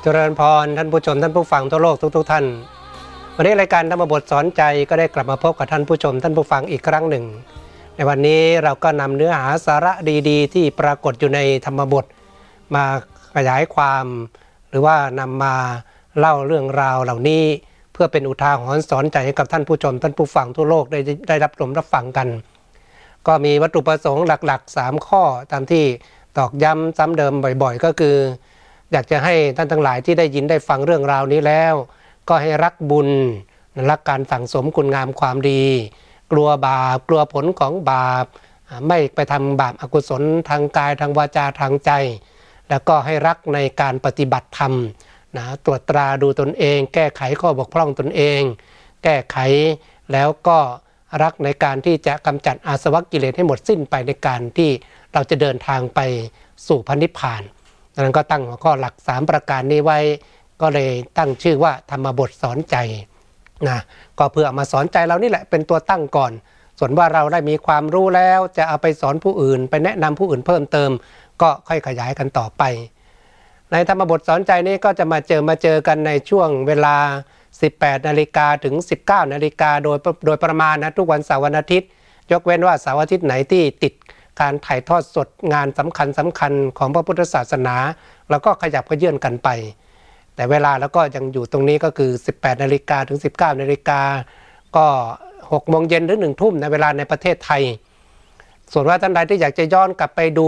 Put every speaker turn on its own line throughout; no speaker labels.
เจริญพรท่านผู้ชมท่านผู้ฟังทั่วโลกทุกท่านวันนี้รายการธรรมบทสอนใจก็ได้กลับมาพบกับท่านผู้ชมท่านผู้ฟังอีกครั้งหนึ่งในวันนี้เราก็นำเนื้อหาสาระดีๆที่ปรากฏอยู่ในธรรมบทมาขยายความหรือว่านำมาเล่าเรื่องราวเหล่านี้เพื่อเป็นอุทาหรณ์สอนใจให้กับท่านผู้ชมท่านผู้ฟังทั่วโลกได้รับฟังกันก็มีวัตถุประสงค์หลักๆ3ข้อตามที่ตอกย้ำซ้ำเดิมบ่อยๆก็คืออยากจะให้ท่านทั้งหลายที่ได้ยินได้ฟังเรื่องราวนี้แล้วก็ให้รักบุญรักการสั่งสมคุณงามความดีกลัวบาปกลัวผลของบาปไม่ไปทำบาปอกุศลทางกายทางวาจาทางใจแล้วก็ให้รักในการปฏิบัติธรรมตรวจตราดูตนเองแก้ไขข้อบกพร่องตนเองแก้ไขแล้วก็รักในการที่จะกำจัดอาสวะกิเลสให้หมดสิ้นไปในการที่เราจะเดินทางไปสู่พระนิพพานดังนั้นก็ตั้งหัวข้อหลัก3ประการนี้ไว้ก็เลยตั้งชื่อว่าธรรมบทสอนใจนะก็เพื่อมาสอนใจเรานี่แหละเป็นตัวตั้งก่อนส่วนว่าเราได้มีความรู้แล้วจะเอาไปสอนผู้อื่นไปแนะนำผู้อื่นเพิ่มเติมก็ค่อยขยายกันต่อไปในธรรมบทสอนใจนี้ก็จะมาเจอกันในช่วงเวลา 18 นาฬิกาถึง 19 นาฬิกาโดยประมาณนะทุกวันเสาร์วันอาทิตย์ยกเว้นว่าเสาร์อาทิตย์ไหนที่ติดการถ่ายทอดสดงานสำคัญของพระพุทธศาสนาเราก็ขยับขยื่นกันไปแต่เวลาแล้วก็ยังอยู่ตรงนี้ก็คือ 18 นาฬิกาถึง 19 นาฬิกาก็ 6 โมงเย็นหรือ 1 ทุ่มในเวลาในประเทศไทยส่วนว่าท่านใดที่อยากจะย้อนกลับไปดู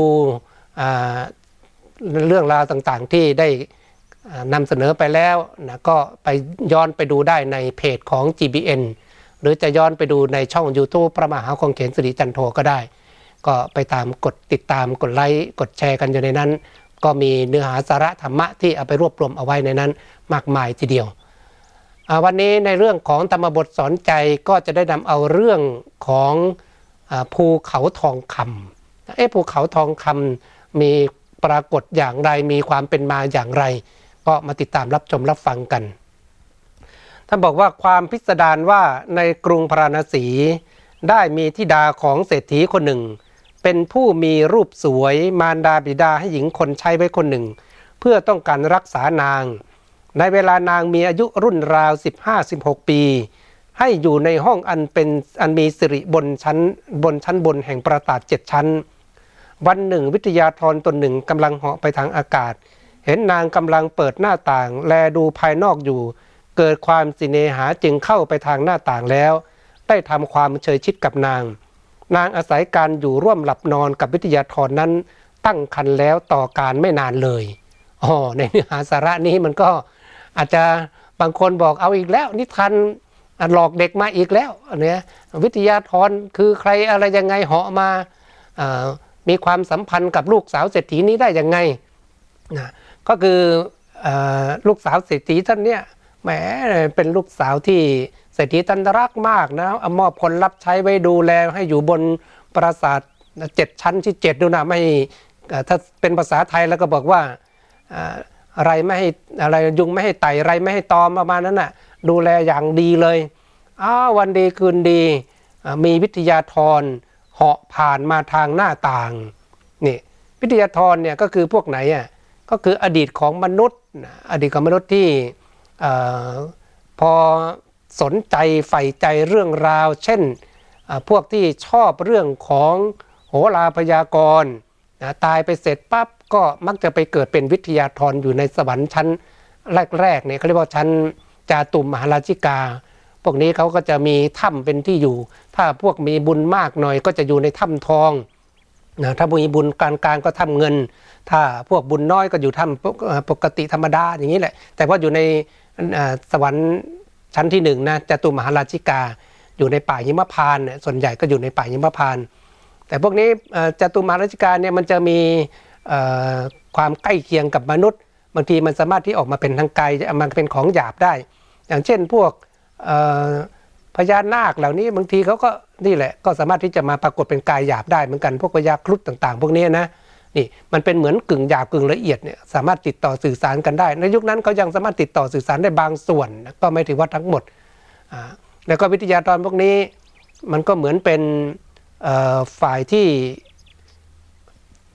เรื่องราวต่างๆที่ได้นำเสนอไปแล้วนะก็ไปย้อนไปดูได้ในเพจของ GBN หรือจะย้อนไปดูในช่อง YouTube พระมหาคงเขนสิริจันโทก็ได้ก็ไปตามกดติดตามกดไลค์กดแชร์กันอยู่ในนั้นก็มีเนื้อหาสาระธรรมะที่เอาไปรวบรวมเอาไว้ในนั้นมากมายทีเดียววันนี้ในเรื่องของธรรมบทสอนใจก็จะได้นำเอาเรื่องของภูเขาทองคำภูเขาทองคำมีปรากฏอย่างไรมีความเป็นมาอย่างไรก็มาติดตามรับชมรับฟังกันท่านบอกว่าความพิสดารว่าในกรุงพาราณสีได้มีธิดาของเศรษฐีคนหนึ่งเป็นผู้มีรูปสวยมารดาบิดาให้หญิงคนใช้ไว้คนหนึ่งเพื่อต้องการรักษานางในเวลานางมีอายุรุ่นราว 15-16 ปีให้อยู่ในห้องอันมีสิริบนชั้นบนแห่งปราสาท7 ชั้นวันหนึ่งวิทยาธรตนหนึ่งกำลังเหาะไปทางอากาศเห็นนางกำลังเปิดหน้าต่างแลดูภายนอกอยู่เกิดความสิเนหาจึงเข้าไปทางหน้าต่างแล้วได้ทำความเฉยชิดกับนางอาศัยการอยู่ร่วมหลับนอนกับวิทยาธรนั้นตั้งครรภ์แล้วต่อการไม่นานเลยในเนื้อหาสาระนี้มันก็อาจจะบางคนบอกเอาอีกแล้วนิทานหลอกเด็กมาอีกแล้วเนี่ยวิทยาธรคือใครอะไรยังไงเหาะมามีความสัมพันธ์กับลูกสาวเศรษฐีนี้ได้ยังไงก็คือลูกสาวเศรษฐีท่านเนี่ยแหมเป็นลูกสาวที่เศรษฐีท่านรักมากนะมอบคนรับใช้ไว้ดูแลให้อยู่บนปราสาท7 ชั้นที่7ดูนะไม่ถ้าเป็นภาษาไทยแล้วก็บอกว่าอะไรไม่ให้อะไรยุงไม่ให้ไต่ไรไม่ให้ตอมประมาณนั้นน่ะดูแลอย่างดีเลยวันดีคืนดีมีวิทยาธรเหาะผ่านมาทางหน้าต่างนี่วิทยาธรเนี่ยก็คือพวกไหนก็คืออดีตของมนุษย์ที่พอสนใจใฝ่ใจเรื่องราวเช่นพวกที่ชอบเรื่องของโหราพยากรณ์ตายไปเสร็จปั๊บก็มักจะไปเกิดเป็นวิทยาธรอยู่ในสวรรค์ชั้นแรกเนี่ยเขาเรียกว่าชั้นจาตุมมหาราชิกาพวกนี้เขาก็จะมีถ้ำเป็นที่อยู่ถ้าพวกมีบุญมากหน่อยก็จะอยู่ในถ้ำทองถ้ามีบุญกลางก็ถ้ำเงินถ้าพวกบุญน้อยก็อยู่ถ้ำปกติธรรมดาอย่างนี้แหละแต่ว่าอยู่ในสวรรค์ชั้นที่1นะจาตุมหาราชิกาอยู่ในป่าหิมพานต์ส่วนใหญ่ก็อยู่ในป่าหิมพานต์แต่พวกนี้จาตุมหาราชิกาเนี่ยมันจะมีความใกล้เคียงกับมนุษย์บางทีมันสามารถที่ออกมาเป็นทางกายมันเป็นของหยาบได้อย่างเช่นพวกพญานาคเหล่านี้บางทีเขาก็นี่แหละก็สามารถที่จะมาปรากฏเป็นกายหยาบได้เหมือนกันพวกพญาครุฑต่างๆพวกนี้นะนี่มันเป็นเหมือนกึ่งหยาบกึ่งละเอียดเนี่ยสามารถติดต่อสื่อสารกันได้ในยุคนั้นเขายังสามารถติดต่อสื่อสารได้บางส่วนก็ไม่ถือว่าทั้งหมดแล้วก็วิทยาธรพวกนี้มันก็เหมือนเป็นฝ่ายที่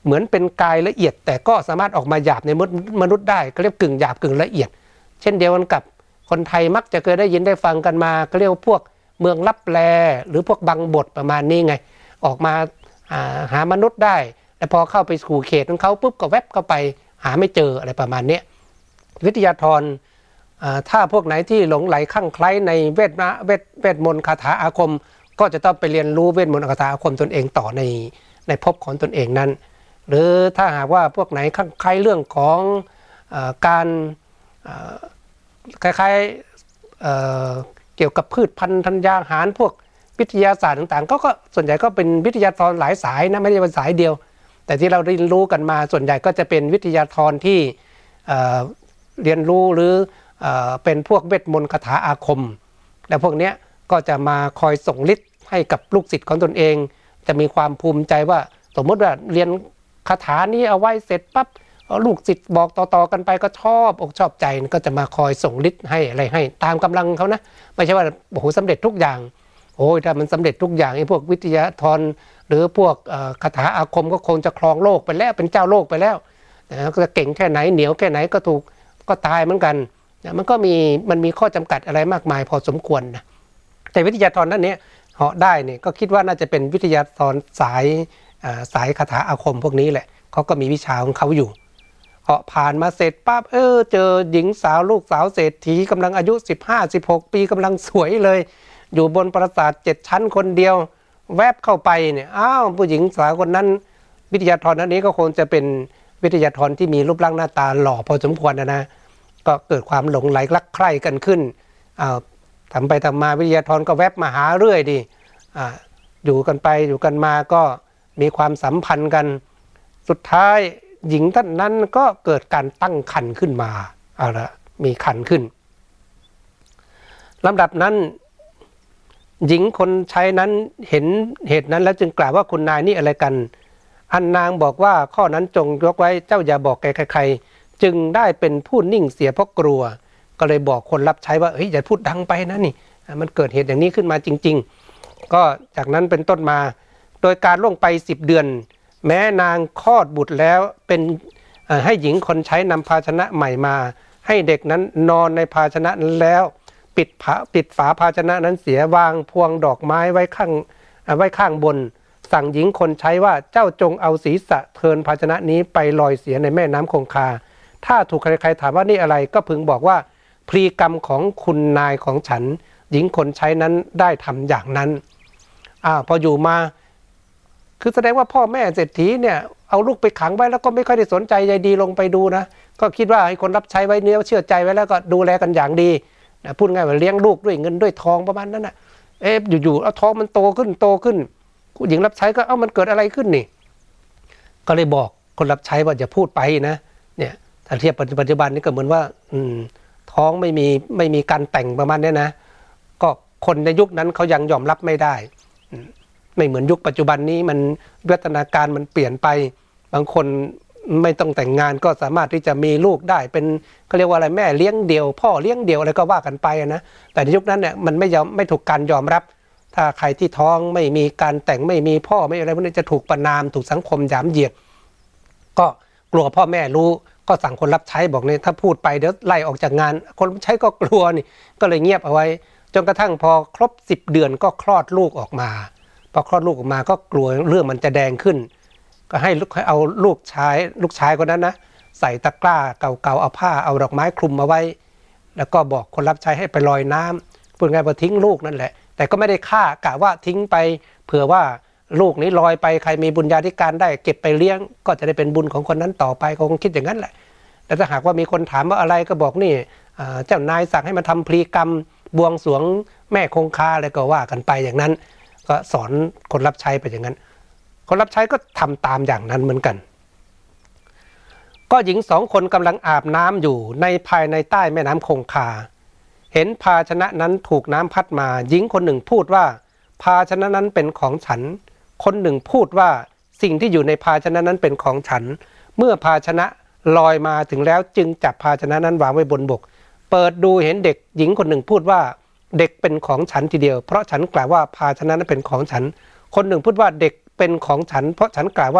เหมือนเป็นกายละเอียดแต่ก็สามารถออกมาหยาบในมนุษย์ได้ก็เรียกกึ่งหยาบกึ่งละเอียดเช่นเดียวกันกับคนไทยมักจะเคยได้ยินได้ฟังกันมาก็เรียกว่าพวกเมืองลับแลหรือพวกบังบทประมาณนี้ไงออกมาหามนุษย์ได้แต่พอเข้าไปสู่เขตของเขาปุ๊บก็แวบเข้าไปหาไม่เจออะไรประมาณนี้วิทยาธรถ้าพวกไหนที่หลงไหลคลั่งไคล้ในเวทมนต์คาถาอาคมก็จะต้องไปเรียนรู้เวทมนต์คาถาอาคมตนเองต่อในภพของตนเองนั้นหรือถ้าหากว่าพวกไหนคลั่งไคล้เรื่องของการคล้ายๆเกี่ยวกับพืชพันธุ์ธัญญาหารพวกวิทยาศาสตร์ต่างๆก็ส่วนใหญ่ก็เป็นวิทยาธรหลายสายนะไม่ใช่เป็นสายเดียวแต่ที่เราเรียนรู้กันมาส่วนใหญ่ก็จะเป็นวิทยาธรที่เรียนรู้หรือเป็นพวกเวทมนต์คาถาอาคมและพวกนี้ก็จะมาคอยส่งฤทธิ์ให้กับลูกศิษย์ของตนเองจะมีความภูมิใจว่าสมมติว่าเรียนคาถานี้เอาไว้เสร็จปั๊บลูกศิษย์บอกต่อๆกันไปก็ชอบอกชอบใจก็จะมาคอยส่งฤทธิ์ให้อะไรให้ตามกำลังเขานะไม่ใช่ว่าโอ้โหสำเร็จทุกอย่างโอ้ยถ้ามันสำเร็จทุกอย่างไอ้พวกวิทยาธรหรือพวกคาถาอาคมก็คงจะครองโลกไปแล้วเป็นเจ้าโลกไปแล้วก็จะเก่งแค่ไหนเหนียวแค่ไหนก็ถูกก็ตายเหมือนกันมันก็มีข้อจำกัดอะไรมากมายพอสมควรนะแต่วิทยาธรนั้นเนี้ยเหาะได้เนี่ยก็คิดว่าน่าจะเป็นวิทยาธรสายคาถาอาคมพวกนี้แหละเขาก็มีวิชาของเขาอยู่เหาะผ่านมาเสร็จปั๊บเจอหญิงสาวลูกสาวเศรษฐีกำลังอายุ15-16 ปีกำลังสวยเลยอยู่บนปราสาท7 ชั้นคนเดียวแวบเข้าไปเนี่ยผู้หญิงสาวคนนั้นวิทยาธรนั้นนี้ก็คงจะเป็นวิทยาธรที่มีรูปร่างหน้าตาหล่อพอสมควรนะก็เกิดความหลงไหลรักใคร่กันขึ้นทำไปทำมาวิทยาธรก็แวบมาหาเรื่อยดิอยู่กันไปอยู่กันมาก็มีความสัมพันธ์กันสุดท้ายหญิงท่านนั้นก็เกิดการตั้งครรภ์ขึ้นมามีครรภ์ขึ้นลำดับนั้นหญิงคนใช้นั้นเห็นเหตุนั้นแล้วจึงกล่าวว่าคุณนายนี่อะไรกันอันนางบอกว่าข้อนั้นจงยกไว้เจ้าอย่าบอกแก่ใครๆจึงได้เป็นผู้นิ่งเสียเพราะกลัวก็เลยบอกคนรับใช้ว่าอย่าพูดดังไปนะนี่มันเกิดเหตุอย่างนี้ขึ้นมาจริงๆก็จากนั้นเป็นต้นมาโดยการล่วงไป10 เดือนแม้นางคลอดบุตรแล้วเป็นให้หญิงคนใช้นำภาชนะใหม่มาให้เด็กนั้นนอนในภาชนะนั้นแล้วปิดฝาภาชนะนั้นเสียวางพวงดอกไม้ไว้ข้างบนสั่งหญิงคนใช้ว่าเจ้าจงเอาศีรษะเทินภาชนะนี้ไปลอยเสียในแม่น้ำคงคาถ้าถูกใครๆถามว่านี่อะไรก็พึงบอกว่าพลีกรรมของคุณนายของฉันหญิงคนใช้นั้นได้ทำอย่างนั้นพออยู่มาคือแสดงว่าพ่อแม่เศรษฐีเนี่ยเอาลูกไปขังไว้แล้วก็ไม่ค่อยได้สนใจใยดีลงไปดูนะก็คิดว่าให้คนรับใช้ไว้เนื้อเชื่อใจไว้แล้วก็ดูแลกันอย่างดีนะพูดง่ายว่าเลี้ยงลูกด้วยเงินด้วยทองประมาณนั้นนะอยู่ๆเอาทองมันโตขึ้นผู้หญิงรับใช้ก็มันเกิดอะไรขึ้นนี่ก็เลยบอกคนรับใช้ว่าอย่าพูดไปนะเนี่ยถ้าเทียบปัจจุบันนี้ก็เหมือนว่าท้องไม่มีการแต่งประมาณนี้นะก็คนในยุคนั้นเขายังยอมรับไม่ได้ไม่เหมือนยุคปัจจุบันนี้มันวิวัฒนาการมันเปลี่ยนไปบางคนไม่ต้องแต่งงานก็สามารถที่จะมีลูกได้เป็นเขาเรียกว่าอะไรแม่เลี้ยงเดี่ยวพ่อเลี้ยงเดี่ยวอะไรก็ว่ากันไปนะแต่ในยุคนั้นเนี่ยมันไม่ถูกการยอมรับถ้าใครที่ท้องไม่มีการแต่งไม่มีพ่อไม่อะไรพวกนี้จะถูกประณามถูกสังคมหยามเหยียดก็กลัวพ่อแม่รู้ก็สั่งคนรับใช้บอกเนี่ยถ้าพูดไปเดี๋ยวไล่ออกจากงานคนใช้ก็กลัวนี่ก็เลยเงียบเอาไว้จนกระทั่งพอครบ10 เดือนก็คลอดลูกออกมาพอคลอดลูกออกมาก็กลัวเรื่องมันจะแดงขึ้นก็ให้เอาลูกชายคนนั้นนะใส่ตะกร้าเก่าๆเอาผ้าเอาดอกไม้คลุมมาไว้แล้วก็บอกคนรับใช้ให้ไปลอยน้ำพูดง่ายว่าทิ้งลูกนั่นแหละแต่ก็ไม่ได้ฆ่ากะว่าทิ้งไปเผื่อว่าลูกนี้ลอยไปใครมีบุญญาธิการได้เก็บไปเลี้ยงก็จะได้เป็นบุญของคนนั้นต่อไปคงคิดอย่างนั้นแหละแต่ถ้าหากว่ามีคนถามว่าอะไรก็บอกนี่เจ้านายสั่งให้มาทำพลีกรรมบวงสรวงแม่คงคาอะไรก็ว่ากันไปอย่างนั้นก็สอนคนรับใช้ไปอย่างนั้นคนรับใช้ก็ทำตามอย่างนั้นเหมือนกันก็หญิง2 คนกำลังอาบน้ำอยู่ในภายในใต้แม่น้ำคงคาเห็นภาชนะนั้นถูกน้ำพัดมาหญิงคนหนึ่งพูดว่าภาชนะนั้นเป็นของฉันคนหนึ่งพูดว่าสิ่งที่อยู่ในภาชนะนั้นเป็นของฉันเมื่อภาชนะลอยมาถึงแล้วจึงจับภาชนะนั้นวางไว้บนบกเปิดดูเห็นเด็กหญิงคนหนึ่งพูดว่าเด็กเป็นของฉันทีเดียวเพราะฉันกล่าวว่าภาชนะนั้นเป็นของฉันคนหนึ่งพูดว่าเด็กเป็นของฉันเพราะฉันกล่าวว่า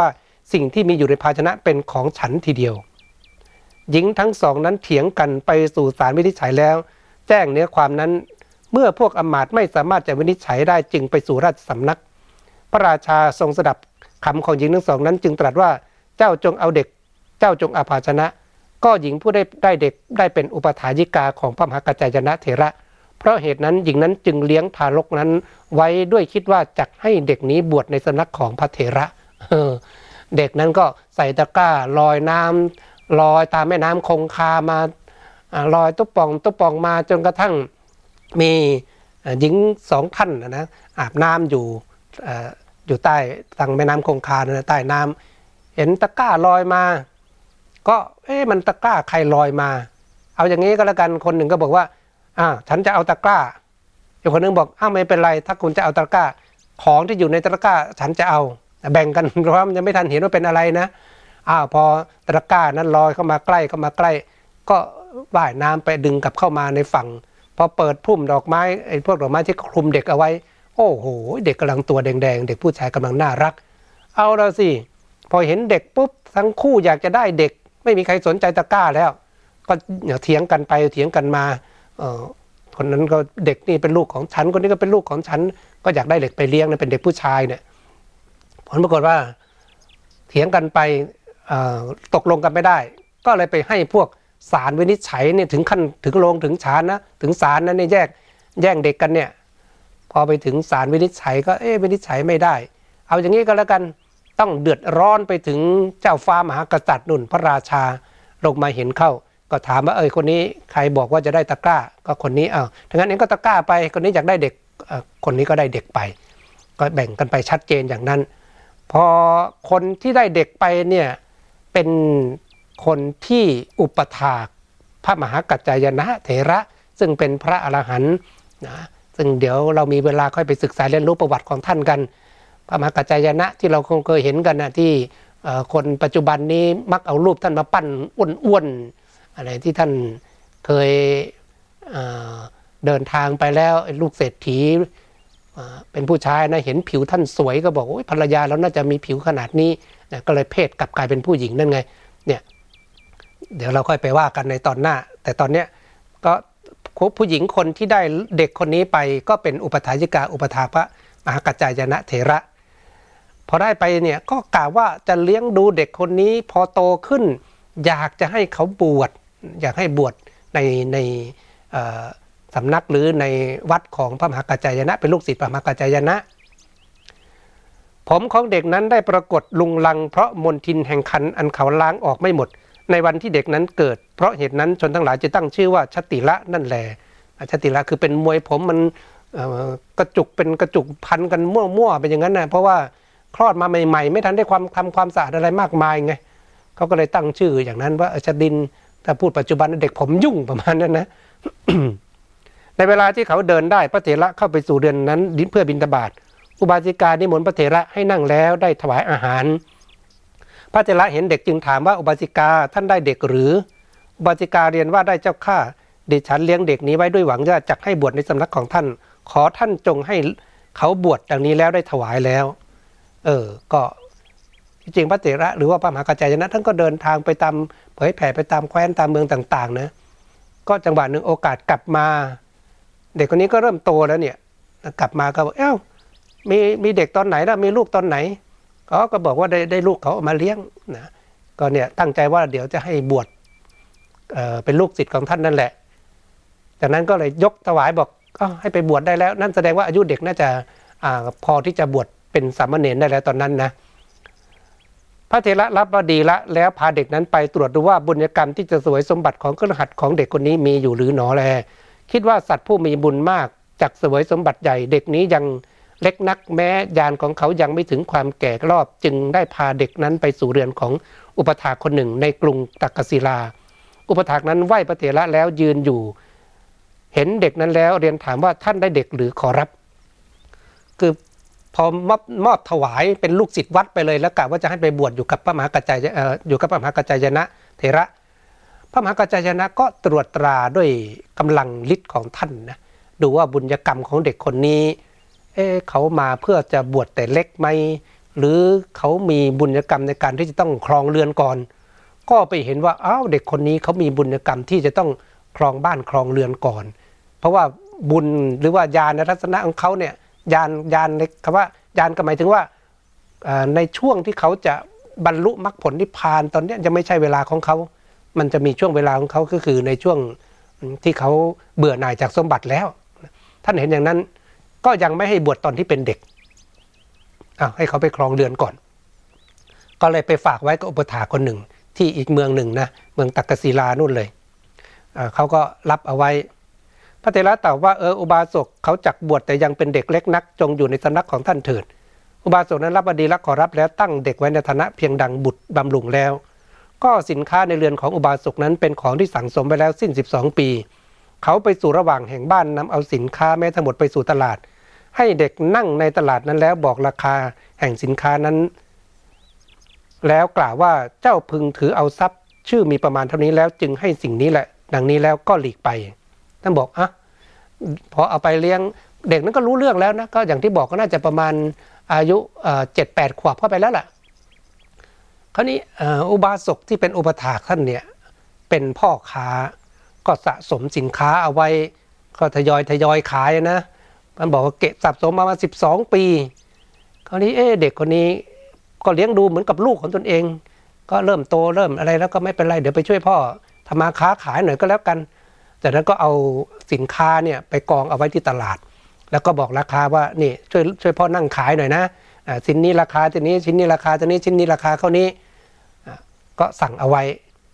สิ่งที่มีอยู่ในภาชนะเป็นของฉันทีเดียวหญิงทั้งสองนั้นเถียงกันไปสู่ศาลวินิจฉัยแล้วแจ้งเนื้อความนั้นเมื่อพวกอมาตย์ไม่สามารถจะวินิจฉัยได้จึงไปสู่ราชสำนักพระราชาทรงสดับคำของหญิงทั้งสองนั้นจึงตรัสว่าเจ้าจงเอาเด็กเจ้าจงเอาภาชนะก็หญิงผู้ได้เด็กได้เป็นอุปถายิกาของพระมหากัจจายนะเถระเพราะเหตุนั้นหญิงนั้นจึงเลี้ยงทารกนั้นไว้ด้วยคิดว่าจะให้เด็กนี้บวชในสำนักของพระเถระเด็กนั้นก็ใส่ตะกร้าลอยน้ำลอยตามแม่น้ำคงคามาลอยตุ๊บป่องมาจนกระทั่งมีหญิงสองท่านนะอาบน้ำอยู่ใต้ทางแม่น้ำคงคาใต้น้ำเห็นตะกร้าลอยมาก็มันตะกร้าใครลอยมาเอาอย่างนี้ก็แล้วกันคนหนึ่งก็บอกว่าฉันจะเอาตะกร้าอีกคนนึงบอกไม่เป็นไรถ้าคุณจะเอาตะกร้าของที่อยู่ในตะกร้าฉันจะเอาแบ่งกันเพราะมันยังไม่ทันเห็นว่าเป็นอะไรนะพอตะกร้านั้นลอยเข้ามาใกล้ก็ว่ายน้ำไปดึงกลับเข้ามาในฝั่งพอเปิดพุ่มดอกไม้ไอ้พวกดอกไม้ที่คลุมเด็กเอาไว้โอ้โหเด็กกำลังตัวแดงๆเด็กผู้ชายกำลังน่ารักเอาแล้วสิพอเห็นเด็กปุ๊บทั้งคู่อยากจะได้เด็กไม่มีใครสนใจตะกร้าแล้วก็เถียงกันไปเถียงกันมาคนนั้นก็เด็กนี่เป็นลูกของฉันคนนี้ก็เป็นลูกของฉันก็อยากได้เด็กไปเลี้ยงนะเป็นเด็กผู้ชายเนี่ยผลปรากฏว่าเถียงกันไปตกลงกันไม่ได้ก็เลยไปให้พวกศาลวินิจฉัยเนี่ยถึงขั้นถึงโรงถึงศาลนะถึงศาลนั้นเนี่ยแย่งเด็กกันเนี่ยพอไปถึงศาลวินิจฉัยก็วินิจฉัยไม่ได้เอาอย่างนี้ก็แล้วกันต้องเดือดร้อนไปถึงเจ้าฟ้ามหากษัตริย์นุ่นพระราชาลงมาเห็นเข้าก็ถามว่าคนนี้ใครบอกว่าจะได้ตะกร้าก็คนนี้ถ้างั้นเองก็ตะกร้าไปคนนี้อยากได้เด็กคนนี้ก็ได้เด็กไปก็แบ่งกันไปชัดเจนอย่างนั้นพอคนที่ได้เด็กไปเนี่ยเป็นคนที่อุปถากพระมหากัจจายนะเถระซึ่งเป็นพระอรหันต์นะซึ่งเดี๋ยวเรามีเวลาค่อยไปศึกษาเรียนรู้ประวัติของท่านกันพระมหากัจจายนะที่เราคงเคยเห็นกันนะที่คนปัจจุบันนี้มักเอารูปท่านมาปั้นอ้วนๆอะไรที่ท่านเคยเดินทางไปแล้วลูกเศรษฐีเป็นผู้ชายนะเห็นผิวท่านสวยก็บอกโอ้ยภรรยาเราน่าจะมีผิวขนาดนี้นะก็เลยเพศกลับกลายเป็นผู้หญิงนั่นไงเนี่ยเดี๋ยวเราค่อยไปว่ากันในตอนหน้าแต่ตอนเนี้ยก็ผู้หญิงคนที่ได้เด็กคนนี้ไปก็เป็นอุปถายิกาอุปถากพระมหากัจจายนะเถระพอได้ไปเนี่ยก็กล่าวว่าจะเลี้ยงดูเด็กคนนี้พอโตขึ้นอยากจะให้เขาบวชอยากให้บวชในสำนักหรือในวัดของพระมหากัจจายนะเป็นลูกศิษย์พระมหากัจจายนะผมของเด็กนั้นได้ปรากฏลุงลังเพราะมลทินแห่งคันอันเขาล้างออกไม่หมดในวันที่เด็กนั้นเกิดเพราะเหตุนั้นชนทั้งหลายจะตั้งชื่อว่าชติละนั่นแหละชติละคือเป็นมวยผมมันกระจุกเป็นกระจุกพันกันมั่วๆเป็นอย่างนั้นนะเพราะว่าคลอดมาใหม่ๆไม่ทันได้ทำความสะอาดอะไรมากมายไงเขาก็เลยตั้งชื่ออย่างนั้นว่าชดินถ้าพูดปัจจุบันเด็กผมยุ่งประมาณนั้นนะ ในเวลาที่เขาเดินได้พระเถระเข้าไปสู่เรือนนั้นเพื่อบิณฑบาตอุบาสิกานิมนต์พระเถระให้นั่งแล้วได้ถวายอาหารพระเถระเห็นเด็กจึงถามว่าอุบาสิกาท่านได้เด็กหรืออุบาสิกาเรียนว่าได้เจ้าข้าดิฉันเลี้ยงเด็กนี้ไว้ด้วยหวังว่าจะให้บวชในสำนักของท่านขอท่านจงให้เขาบวชดังนี้แล้วได้ถวายแล้วก็จริงพระเถระหรือว่าพระมหากัจจายนะท่านก็เดินทางไปตามเผยแผ่ไปตามแคว้นตามเมืองต่างๆนะก็จังหวะหนึ่งโอกาสกลับมาเด็กคนนี้ก็เริ่มโตแล้วเนี่ยกลับมาก็บอกมีเด็กตอนไหนล่ะมีลูกตอนไหนก็บอกว่าได้ลูกเขาเอามาเลี้ยงนะก็เนี่ยตั้งใจว่าเดี๋ยวจะให้บวชเป็นลูกศิษย์ของท่านนั่นแหละจากนั้นก็เลยยกถวายบอกให้ไปบวชได้แล้วนั่นแสดงว่าอายุเด็กน่าจะพอที่จะบวชเป็นสามเณรได้แล้วตอนนั้นนะพระเถระรับว่าดีละแล้วพาเด็กนั้นไปตรวจดูว่าบุญกรรมที่จะสวยสมบัติของคฤหัสถ์ของเด็กคนนี้มีอยู่หรือหนอแลคิดว่าสัตว์ผู้มีบุญมากจักเสวยสมบัติใหญ่เด็กนี้ยังเล็กนักแม้ญาณของเขายังไม่ถึงความแก่รอบจึงได้พาเด็กนั้นไปสู่เรือนของอุปถากคนหนึ่งในกรุงตักกศิลาอุปถากนั้นไหว้พระเถระแล้วยืนอยู่เห็นเด็กนั้นแล้วเรียนถามว่าท่านได้เด็กหรือขอรับคือพอมอบถวายเป็นลูกศิษย์วัดไปเลยแล้วกะว่าจะให้ไปบวชอยู่กับพระมหากัจจายนะเถระพระมหากัจจายนะก็ตรวจตราด้วยกำลังฤทธิ์ของท่านนะดูว่าบุญกรรมของเด็กคนนี้เขามาเพื่อจะบวชแต่เล็กไหมหรือเขามีบุญกรรมในการที่จะต้องครองเรือนก่อนก็ไปเห็นว่าอ้าวเด็กคนนี้เขามีบุญกรรมที่จะต้องครองบ้านครองเรือนก่อนเพราะว่าบุญหรือว่าญาณทัศนะของเขาเนี่ยญาณในคำว่าญาณก็หมายถึงว่าในช่วงที่เขาจะบรรลุมรรคผลนิพพานตอนนี้ยังไม่ใช่เวลาของเขามันจะมีช่วงเวลาของเขาก็คือในช่วงที่เขาเบื่อหน่ายจากสมบัติแล้วท่านเห็นอย่างนั้นก็ยังไม่ให้บวชตอนที่เป็นเด็กให้เขาไปครองเรือนก่อนก็เลยไปฝากไว้กับอุปถากคนหนึ่งที่อีกเมืองหนึ่งนะเมืองตักกศิลานู่นเลยเขาก็รับเอาไว้พระเถระตอบว่าอุบาสกเขาจักบวชแต่ยังเป็นเด็กเล็กนักจงอยู่ในสำนักของท่านเถิดอุบาสกนั้นรับอดีละขอรับแล้วตั้งเด็กไว้ในฐานะเพียงดังบุตรบำรุงแล้วก็สินค้าในเรือนของอุบาสกนั้นเป็นของที่สั่งสมไปแล้วสิ้น12 ปีเขาไปสู่ระหว่างแห่งบ้านนำเอาสินค้าแม้ทั้งหมดไปสู่ตลาดให้เด็กนั่งในตลาดนั้นแล้วบอกราคาแห่งสินค้านั้นแล้วกล่าวว่าเจ้าพึงถือเอาทรัพย์ชื่อมีประมาณเท่านี้แล้วจึงให้สิ่งนี้แหละดังนี้แล้วก็หลีกไปท่านบอกพอเอาไปเลี้ยงเด็กนั้นก็รู้เรื่องแล้วนะก็อย่างที่บอกก็น่าจะประมาณอายุ7-8 ขวบเข้าไปแล้วล่ะคราวนี้อุบาสกที่เป็นอุปถากท่านเนี่ยเป็นพ่อค้าก็สะสมสินค้าเอาไว้ก็ทยอยขายนะมันบอกว่าเก็บสะสมมา12 ปีคราวนี้เด็กคนนี้ก็เลี้ยงดูเหมือนกับลูกของตนเองก็เริ่มโตเริ่มอะไรแล้วก็ไม่เป็นไรเดี๋ยวไปช่วยพ่อทำมาค้าขายหน่อยก็แล้วกันจากนั้นก็เอาสินค้าเนี่ยไปกองเอาไว้ที่ตลาดแล้วก็บอกราคาว่านี่ช่วยพ่อนั่งขายหน่อยนะชิ้นนี้ราคาตัวนี้ชิ้นนี้ราคาตัวนี้ชิ้นนี้ราคาเท่านี้ก็สั่งเอาไว้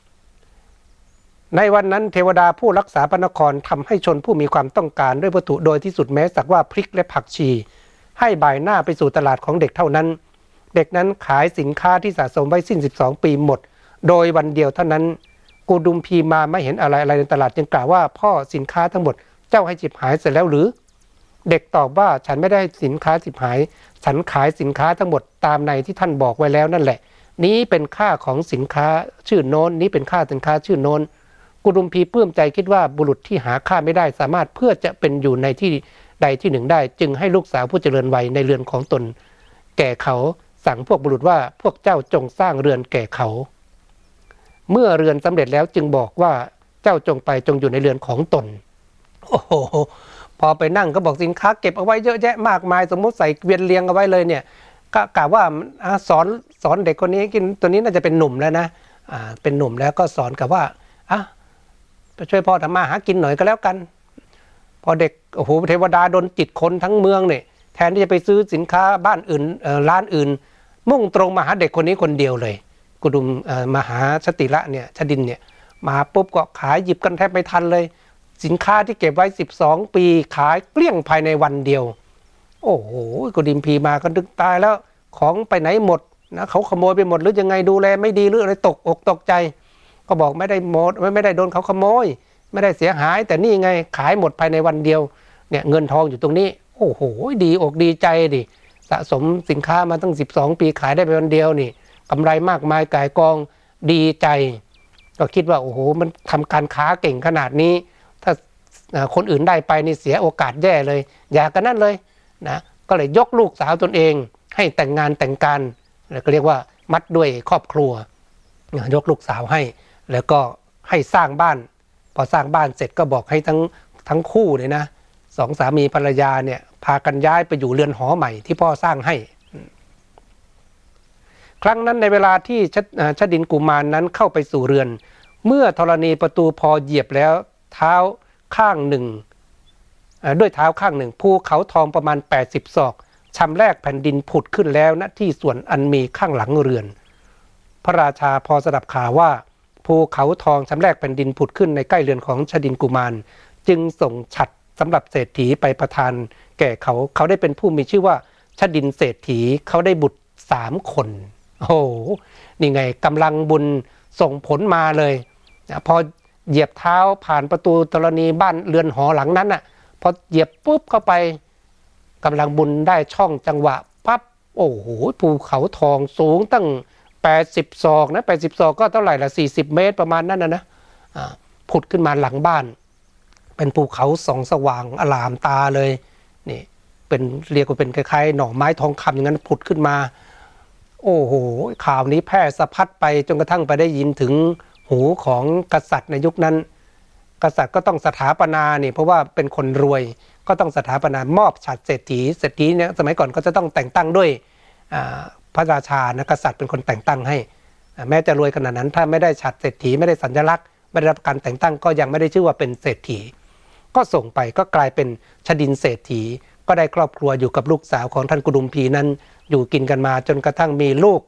ในวันนั้นเทวดาผู้รักษาพระนครทำให้ชนผู้มีความต้องการด้วยวัตถุโดยที่สุดแม้สักว่าพริกและผักชีให้บ่ายหน้าไปสู่ตลาดของเด็กเท่านั้นเด็กนั้นขายสินค้าที่สะสมไว้สิ้น12 ปีหมดโดยวันเดียวเท่านั้นกุดุมพีมาไม่เห็นอะไรในตลาดจึงกล่าวว่าพ่อสินค้าทั้งหมดเจ้าให้ฉิบหายเสร็จแล้วหรือเด็กตอบว่าฉันไม่ได้สินค้าฉิบหายฉันขายสินค้าทั้งหมดตามในที่ท่านบอกไว้แล้วนั่นแหละนี้เป็นค่าของสินค้าชื่อโน้นนี้เป็นค่าสินค้าชื่อโน้นกุดุมพีปลื้มใจคิดว่าบุรุษที่หาค่าไม่ได้สามารถเพื่อจะเป็นอยู่ในที่ใดที่หนึ่งได้จึงให้ลูกสาวผู้เจริญวัยในเรือนของตนแก่เขาสั่งพวกบุรุษว่าพวกเจ้าจงสร้างเรือนแก่เขาเมื่อเรือนสำเร็จแล้วจึงบอกว่าเจ้าจงไปจงอยู่ในเรือนของตนโอ้โหพอไปนั่งก็บอกสินค้าเก็บเอาไว้เยอะแยะมากมายสมมติใส่เวียนเรียงเอาไว้เลยเนี่ยก็กล่าวว่าสอนเด็กคนนี้กินตัวนี้น่าจะเป็นหนุ่มแล้วนะเป็นหนุ่มแล้วก็สอนกับว่าไปช่วยพ่อทำมาหากินหน่อยก็แล้วกันพอเด็กโอ้โหเทวดาดลจิตคนทั้งเมืองเนี่ยแทนที่จะไปซื้อสินค้าบ้านอื่นร้านอื่นมุ่งตรงมาหาเด็กคนนี้คนเดียวเลยกุดุมมหาชติละเนี่ยชดินเนี่ยมาปุ๊บก็ขายหยิบกันแทบไม่ทันเลยสินค้าที่เก็บไว้12 ปีขายเกลี้ยงภายในวันเดียวโอ้โหกุดุมพีมาก็นึกตายแล้วของไปไหนหมดนะเขาขโมยไปหมดหรือยังไงดูแลไม่ดีหรืออะไรตกอกตกใจก็บอกไม่ได้หมดไม่ได้โดนเขาขโมยไม่ได้เสียหายแต่นี่ไงขายหมดภายในวันเดียวเนี่ยเงินทองอยู่ตรงนี้โอ้โหดีอกดีใจดิสะสมสินค้ามาตั้ง12 ปีขายได้ไปวันเดียวนี่กำไรมากมายก่ายกองดีใจก็คิดว่าโอ้โหมันทำการค้าเก่งขนาดนี้ถ้าคนอื่นได้ไปนี่เสียโอกาสแย่เลยอย่ากันนั่นเลยนะก็เลยยกลูกสาวตนเองให้แต่งงานแต่งการแล้วก็เรียกว่ามัดด้วยครอบครัวยกลูกสาวให้แล้วก็ให้สร้างบ้านพอสร้างบ้านเสร็จก็บอกให้ทั้งคู่เลยนะสองสามีภรรยาเนี่ยพากันย้ายไปอยู่เรือนหอใหม่ที่พ่อสร้างให้ครั้งนั้นในเวลาที่ชดินกุมารนั้นเข้าไปสู่เรือนเมื่อธรณีประตูพอเหยียบแล้วเท้าข้างหนึ่งด้วยเท้าข้างหนึ่งภูเขาทองประมาณ80 ศอกชำแรกแผ่นดินผุดขึ้นแล้วณที่ส่วนอันมีข้างหลังเรือนพระราชาพอสดับข่าวว่าภูเขาทองชำแรกแผ่นดินผุดขึ้นในใกล้เรือนของชดินกุมารจึงส่งฉัตรสำหรับเศรษฐีไปประทานแก่เขาได้เป็นผู้มีชื่อว่าชดินเศรษฐีเขาได้บุตร3 คนโอ้โหนี่ไงกำลังบุญส่งผลมาเลยพอเหยียบเท้าผ่านประตูธรณีบ้านเรือนหอหลังนั้นน่ะพอเหยียบปุ๊บเข้าไปกำลังบุญได้ช่องจังหวะปั๊บโอ้โหภูเขาทองสูงตั้ง80 ศอกนะ80 ศอกก็เท่าไหร่ละ40 เมตรประมาณนั้นนะผุดขึ้นมาหลังบ้านเป็นภูเขาส่องสว่างอลามตาเลยนี่เป็นเรียกว่าเป็นคล้ายๆหน่อไม้ทองคำอย่างนั้นผุดขึ้นมาโอ้โหข่าวนี้แพร่สะพัดไปจนกระทั่งไปได้ยินถึงหูของกษัตริย์ในยุคนั้นกษัตริย์ก็ต้องสถาปนานี่เพราะว่าเป็นคนรวยก็ต้องสถาปนามอบฉัตรเศรษฐีเนี่ยสมัยก่อนก็จะต้องแต่งตั้งด้วยพระราชานะกษัตริย์เป็นคนแต่งตั้งให้แม้จะรวยขนาดนั้นถ้าไม่ได้ฉัตรเศรษฐีไม่ได้สัญลักษณ์ไม่ได้รับการแต่งตั้งก็ยังไม่ได้ชื่อว่าเป็นเศรษฐีก็ส่งไปก็กลายเป็นชดินเศรษฐีก็ได้ครอบครัวอยู่กับลูกสาวของท่านกุดุมพีนั้นอยู่กินกันมาจนกระทั่งมีลูก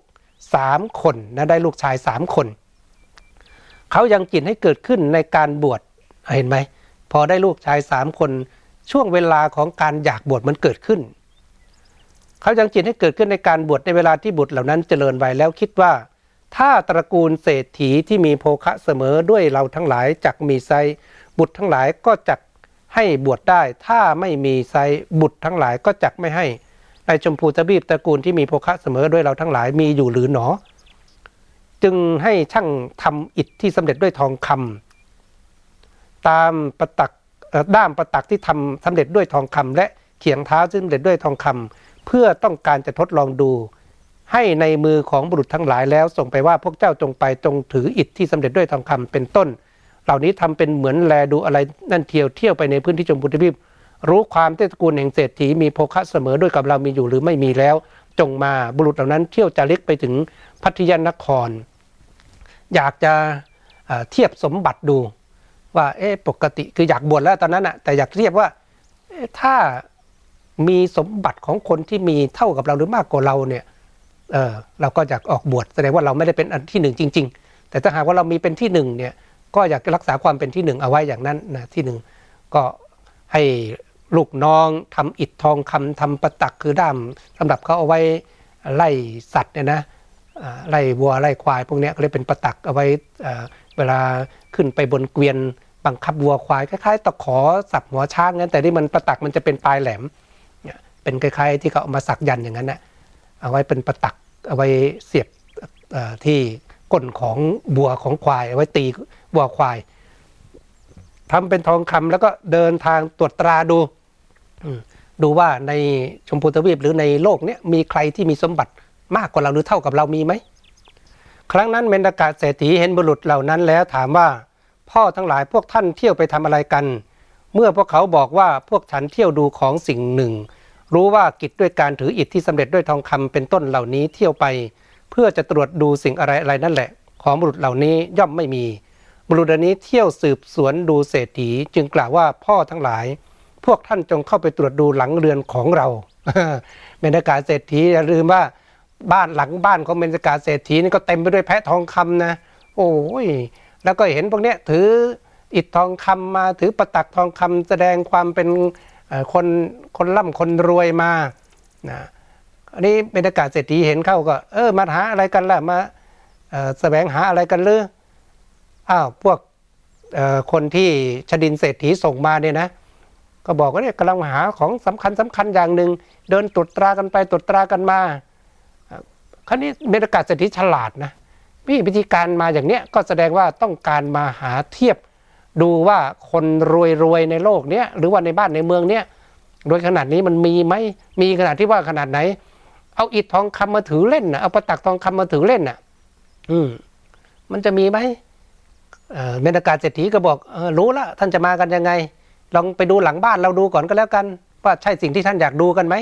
3 คนนะได้ลูกชาย3 คนเขายังจิตให้เกิดขึ้นในการบวชเห็นไหมพอได้ลูกชาย3 คนช่วงเวลาของการอยากบวชมันเกิดขึ้นเขายังจิตให้เกิดขึ้นในการบวชในเวลาที่บุตรเหล่านั้นเจริญวัยแล้วคิดว่าถ้าตระกูลเศรษฐีที่มีโภคะเสมอด้วยเราทั้งหลายจักมีไซบุตรทั้งหลายก็จักให้บวชได้ถ้าไม่มีไซบุตรทั้งหลายก็จักไม่ให้ในชมพูทวีปตระกูลที่มีโภคะเสมอด้วยเราทั้งหลายมีอยู่หรือหนอจึงให้ช่างทำอิฐที่สำเร็จด้วยทองคำตามประตักด้ามประตักที่ทำสำเร็จด้วยทองคำและเขียงเท้าซึ่งสำเร็จด้วยทองคำเพื่อต้องการจะทดลองดูให้ในมือของบุรุษทั้งหลายแล้วส่งไปว่าพวกเจ้าจงไปจงถืออิฐที่สำเร็จด้วยทองคำเป็นต้นเหล่านี้ทำเป็นเหมือนแลดูอะไรนั่นเที่ยวไปในพื้นที่ชมพูทวีปรู้ความที่ตระกูลแห่งเศรษฐีมีโภคะเสมอด้วยกับเรามีอยู่หรือไม่มีแล้วจงมาบุรุษเหล่านั้นเที่ยวจาริกไปถึงพัทยานครอยากจะเทียบสมบัติดูว่าปกติคืออยากบวชแล้วตอนนั้นแต่อยากเทียบว่าถ้ามีสมบัติของคนที่มีเท่ากับเราหรือมากกว่าเราเนี่ยเราก็อยากออกบวชแสดงว่าเราไม่ได้เป็นอันที่1จริงๆแต่ถ้าหากว่าเรามีเป็นที่1เนี่ยก็อยากรักษาความเป็นที่1เอาไว้อย่างนั้นนะที่1ก็ให้ลูกน้องทำอิฐทองคำทำประตักคือด้ามสำหรับเขาเอาไว้ไล่สัตว์เนี่ยนะไล่วัวไล่ควายพวกนี้ก็เลยเป็นประตักเอาไว้เวลาขึ้นไปบนเกวียนบังคับวัวควายคล้ายๆตะขอสับหัวช้างนั้นแต่ที่มันประตักมันจะเป็นปลายแหลมเป็นคล้ายๆที่เขาเอามาสักยันต์อย่างนั้นนะเอาไว้เป็นประตักเอาไว้เสียบที่ก้นของบัวของควายเอาไว้ตีวัวควายทำเป็นทองคำแล้วก็เดินทางตรวจตราดูว่าในชมพูทวีปหรือในโลกนี้มีใครที่มีสมบัติมากกว่าเราหรือเท่ากับเรามีไหมครั้งนั้นเมนกะเศรษฐีเห็นบุรุษเหล่านั้นแล้วถามว่าพ่อทั้งหลายพวกท่านเที่ยวไปทำอะไรกันเมื่อพวกเขาบอกว่าพวกฉันเที่ยวดูของสิ่งหนึ่งรู้ว่ากิจด้วยการถืออิฐที่สำเร็จด้วยทองคำเป็นต้นเหล่านี้เที่ยวไปเพื่อจะตรวจดูสิ่งอะไรนั่นแหละของบุรุษเหล่านี้ย่อมไม่มีบุรุษนี้เที่ยวสืบสวนดูเศรษฐีจึงกล่าวว่าพ่อทั้งหลายพวกท่านจงเข้าไปตรวจดูหลังเรือนของเรา เมนกะเศรษฐีอย่าลืมว่าบ้านหลังบ้านของเมนกะเศรษฐีนี่ก็เต็มไปด้วยแพะทองคำนะโอ้ยแล้วก็เห็นพวกเนี้ยถืออิฐทองคำมาถือประตักทองคำแสดงความเป็นคนร่ำคนรวยมานะอันนี้เมนกะเศรษฐีเห็นเข้าก็มาหาอะไรกันล่ะมาแสวงหาอะไรกันหรือพวกคนที่ชดินเศรษฐีส่งมาเนี่ยนะก็บอกว่าเนี่ยกำลังหาของสำคัญอย่างหนึ่งเดินตรวจตรากันไปตรวจตรากันมาคราวนี้เมนกะเศรษฐีฉลาดนะวิธีการมาอย่างเนี้ยก็แสดงว่าต้องการมาหาเทียบดูว่าคนรวยในโลกเนี้ยหรือว่าในบ้านในเมืองเนี้ยโดยขนาดนี้มันมีไหมมีขนาดที่ว่าขนาดไหนเอาอิฐทองคำมาถือเล่นนะเอาประตักทองคำมาถือเล่นน่ะมันจะมีไหมเมนกะเศรษฐีก็บอกรู้ละท่านจะมากันยังไงลองไปดูหลังบ้านเราดูก่อนก็แล้วกันว่าใช่สิ่งที่ท่านอยากดูกันไหม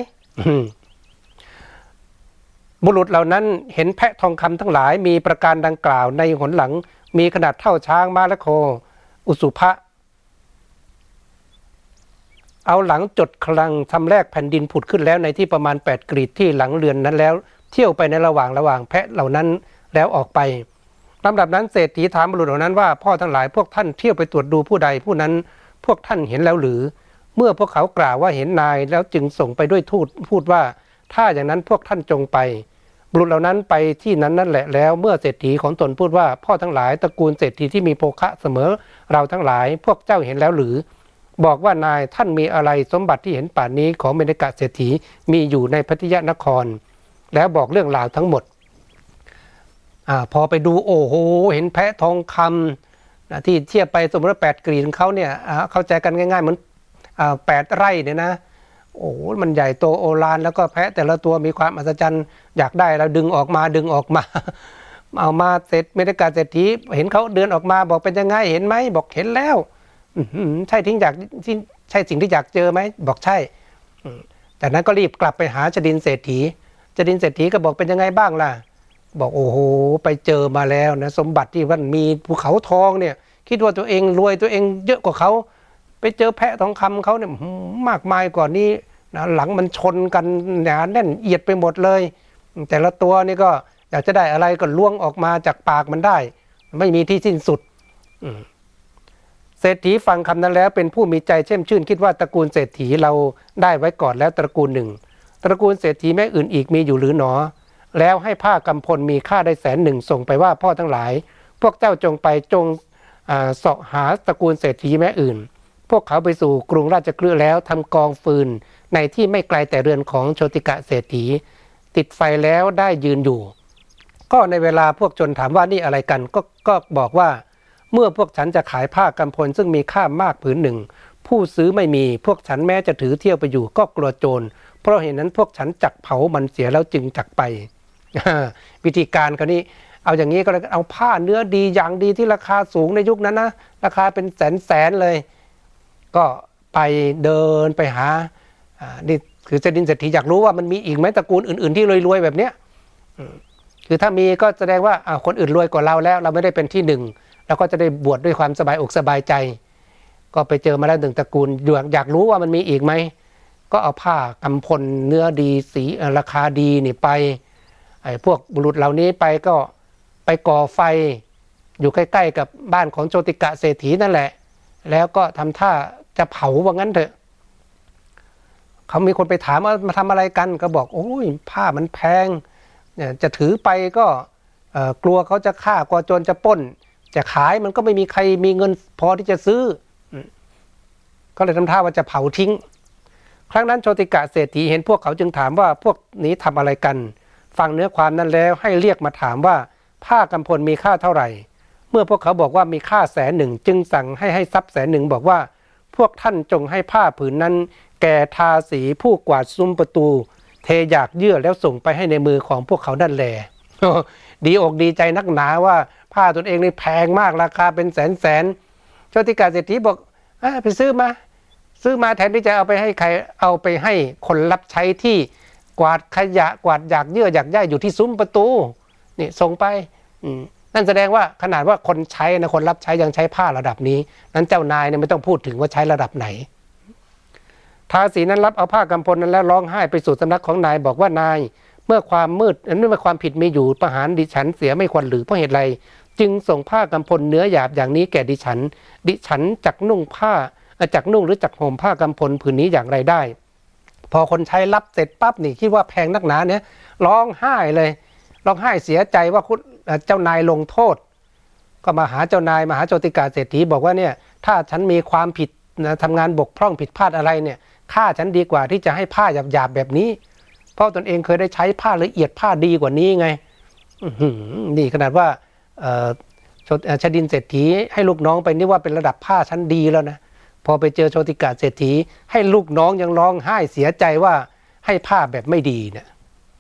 บุรุษเหล่านั้นเห็นแพะทองคำทั้งหลายมีประการดังกล่าวในหนหลังมีขนาดเท่าช้างม้าและโคอุสุภะเอาหลังจดคลังทำแรกแผ่นดินผุดขึ้นแล้วในที่ประมาณ8 กรีดที่หลังเรือนนั้นแล้วเที่ยวไปในระหว่างแพะเหล่านั้นแล้วออกไปลำดับนั้นเศรษฐีถามบุรุษเหล่านั้นว่าพ่อทั้งหลายพวกท่านเที่ยวไปตรวจดูผู้ใดผู้นั้นพวกท่านเห็นแล้วหรือเมื่อพวกเขากล่าวว่าเห็นนายแล้วจึงส่งไปด้วยทูตพูดว่าถ้าอย่างนั้นพวกท่านจงไปบุรุษเหล่านั้นไปที่นั้นนั่นแหละแล้วเมื่อเศรษฐีของตนพูดว่าพ่อทั้งหลายตระกูลเศรษฐีที่มีโภคะเสมอเราทั้งหลายพวกเจ้าเห็นแล้วหรือบอกว่านายท่านมีอะไรสมบัติที่เห็นป่านนี้ของเมนกะเศรษฐีมีอยู่ในพัทยานครแล้วบอกเรื่องราวทั้งหมดพอไปดูโอ้โหเห็นแพะทองคำที่เทียบไปสมมติว่า8 กรีดของเขาเนี่ยเข้าใจกันง่ายๆเหมือน8 ไร่เนี่ยนะโอ้มันใหญ่โตโอฬารแล้วก็แพะแต่ละตัวมีความอัศจรรย์อยากได้แล้วดึงออกมาเอามาเสร็จเมตกาเศรษฐีเห็นเขาเดินออกมาบอกเป็นยังไงเห็นไหมบอกเห็นแล้วใช่ใช่สิ่งที่อยากเจอไหมบอกใช่จากนั้นก็รีบกลับไปหาจดินเศรษฐีก็บอกเป็นยังไงบ้างล่ะบอกโอ้โหไปเจอมาแล้วนะสมบัติที่มันมีภูเขาทองเนี่ยคิดว่าตัวเองรวยตัวเองเยอะกว่าเขาไปเจอแพะทองคำเขาเนี่ยมากมายกว่านี้นะหลังมันชนกันหนาแน่นเอียดไปหมดเลยแต่ละตัวนี่ก็อยากจะได้อะไรก็ล้วงออกมาจากปากมันได้ไม่มีที่สิ้นสุดเศรษฐีฟังคำนั้นแล้วเป็นผู้มีใจแช่มชื่นคิดว่าตระกูลเศรษฐีเราได้ไว้ก่อนแล้วตระกูลหนึ่งตระกูลเศรษฐีแม่อื่นอีกมีอยู่หรือหนอแล้วให้ผ้ากำพลมีค่าได้100,000ส่งไปว่าพ่อทั้งหลายพวกเจ้าจงไปเสาะหาตระกูลเศรษฐีแม่อื่นพวกเขาไปสู่กรุงราชคฤห์แล้วทำกองฟืนในที่ไม่ไกลแต่เรือนของโชติกะเศรษฐีติดไฟแล้วได้ยืนอยู่ก็ในเวลาพวกชนถามว่านี่อะไรกันก็บอกว่าเมื่อพวกฉันจะขายผ้ากำพลซึ่งมีค่ามากผืนหนึ่งผู้ซื้อไม่มีพวกฉันแม้จะถือเที่ยวไปอยู่ก็กลัวโจรเพราะเหตุนั้นพวกฉันจักเผามันเสียแล้วจึงจักไป วิธีการคราวนี้เอาอย่างนี้ก็เลยเอาผ้าเนื้อดีอย่างดีที่ราคาสูงในยุคนั้นนะราคาเป็นแสนเลยก็ไปเดินไปหานี่คือจดินเศรษฐีอยากรู้ว่ามันมีอีกไหมตระกูลอื่นๆที่รวยๆแบบเนี้ยคือถ้ามีก็แสดงว่าคนอื่นรวยกว่าเราแล้วเราไม่ได้เป็นที่หนึ่งเราก็จะได้บวชด้วยความสบายอกสบายใจก็ไปเจอมาแล้ว1ตระกูลอยากรู้ว่ามันมีอีกไหมก็เอาผ้ากำพลเนื้อดีสีราคาดีนี่ไปพวกบุรุษเหล่านี้ไปก็ไปก่อไฟอยู่ใกล้ๆกับบ้านของโชติกะเศรษฐีนั่นแหละแล้วก็ทำท่าจะเผาว่างั้นเถอะเขามีคนไปถามว่ามาทำอะไรกันก็บอกโอ้ยผ้ามันแพงเนี่ยจะถือไปก็กลัวเขาจะฆ่ากลัวโจรจะปล้นจะขายมันก็ไม่มีใครมีเงินพอที่จะซื้อก็เลยทำท่าว่าจะเผาทิ้งครั้งนั้นโชติกะเศรษฐีเห็นพวกเขาจึงถามว่าพวกนี้ทำอะไรกันฟังเนื้อความนั้นแล้วให้เรียกมาถามว่าผ้ากำพลมีค่าเท่าไหร่เมื่อพวกเขาบอกว่ามีค่า100,000จึงสั่งให้ทรัพย์100,000บอกว่าพวกท่านจงให้ผ้าผืนนั้นแก่ทาสีผู้กวาดซุ้มประตูเทหยากเยื่อแล้วส่งไปให้ในมือของพวกเขานั่นแหละดีอกดีใจนักหนาว่าผ้าตนเองนี่แพงมากราคาเป็นแสนโชติกะเศรษฐีบอกไปซื้อมาแทนที่จะเอาไปให้ใครเอาไปให้คนรับใช้ที่กวาดขยะกวาดหยากเยื่อหยากใยอยู่ที่ซุ้มประตูนี่ส่งไปนั่นแสดงว่าขนาดว่าคนใช้นะคนรับใช้ยังใช้ผ้าระดับนี้นั้นเจ้านายเนี่ยไม่ต้องพูดถึงว่าใช้ระดับไหนทาสีนั้นรับเอาผ้ากำพลนั้นแล้วร้องไห้ไปสู่สำนักของนายบอกว่านายเมื่อความมืดเมื่อความผิดมีอยู่ประหารดิฉันเสียไม่ควรหรือเพราะเหตุไรจึงส่งผ้ากำพลเนื้อหยาบอย่างนี้แก่ดิฉันจักนุ่งผ้าจักนุ่งหรือจักห่มผ้ากำพลผืนนี้อย่างไรได้พอคนใช้รับเสร็จปั๊บนี่คิดว่าแพงนักหนาเนี่ยร้องไห้เลยร้องไห้เสียใจว่าคุณเจ้านายลงโทษก็มาหาเจ้านายมาหาโชติกะเศรษฐีบอกว่าเนี่ยถ้าฉันมีความผิดนะทำงานบกพร่องผิดพลาดอะไรเนี่ยฆ่าฉันดีกว่าที่จะให้ผ้าหยาบๆแบบนี้เพราะตนเองเคยได้ใช้ผ้าละเอียดผ้าดีกว่านี้ไงนี่ขนาดว่าชดินเศรษฐีให้ลูกน้องไปนี่ว่าเป็นระดับผ้าชั้นดีแล้วนะพอไปเจอโชติกะเศรษฐีให้ลูกน้องยังร้องไห้เสียใจว่าให้ผ้าแบบไม่ดีเนี่ย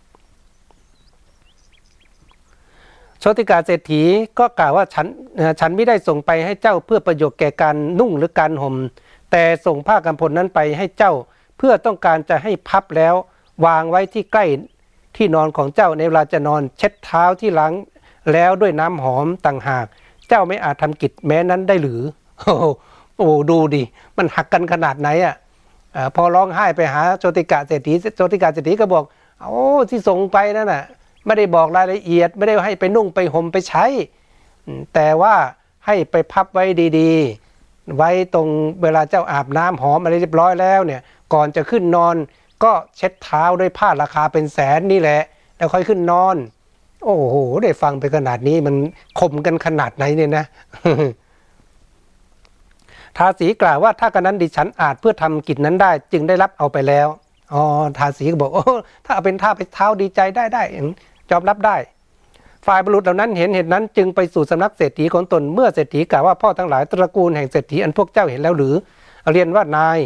โชติกะเศรษฐีก็กล่าวว่าฉันไม่ได้ส่งไปให้เจ้าเพื่อประโยชน์แก่การนุ่งหรือการห่มแต่ส่งผ้ากำพลนั้นไปให้เจ้าเพื่อต้องการจะให้พับแล้ววางไว้ที่ใกล้ที่นอนของเจ้าในเวลาจะนอนเช็ดเท้าที่ล้างแล้วด้วยน้ำหอมต่างหากเจ้าไม่อาจทำกิจแม้นั้นได้หรือโอ้ดูดิมันหักกันขนาดไหนพอร้องไห้ไปหาโชติกะเศรษฐีก็บอกที่ส่งไปนั่นน่ะไม่ได้บอกรายละเอียดไม่ได้ให้ไปนุ่งไปห่มไปใช้แต่ว่าให้ไปพับไว้ดีๆไว้ตรงเวลาเจ้าอาบน้ำหอมอะไรเรียบร้อยแล้วเนี่ยก่อนจะขึ้นนอนก็เช็ดเท้าด้วยผ้าราคาเป็นแสนนี่แหละแล้วค่อยขึ้นนอนโอ้โหได้ฟังไปขนาดนี้มันคมกันขนาดไหนเนี่ยนะ ทาสีกล่าวว่าถ้ากระนั้นดิฉันอาจเพื่อทำกิจนั้นได้จึงได้รับเอาไปแล้วทาสีก็บอกถ้าเอาเป็นท่าไปเท้าดีใจได้ยอมรับได้ฝ่ายบุรุษเหล่านั้นเห็นเหตุนั้นจึงไปสู่สำนักเศรษฐีของตนเมื่อเศรษฐีกล่าวว่าพ่อทั้งหลายตระกูลแห่งเศรษฐีอันพวกเจ้าเห็นแล้วหรือเรียนว่านาย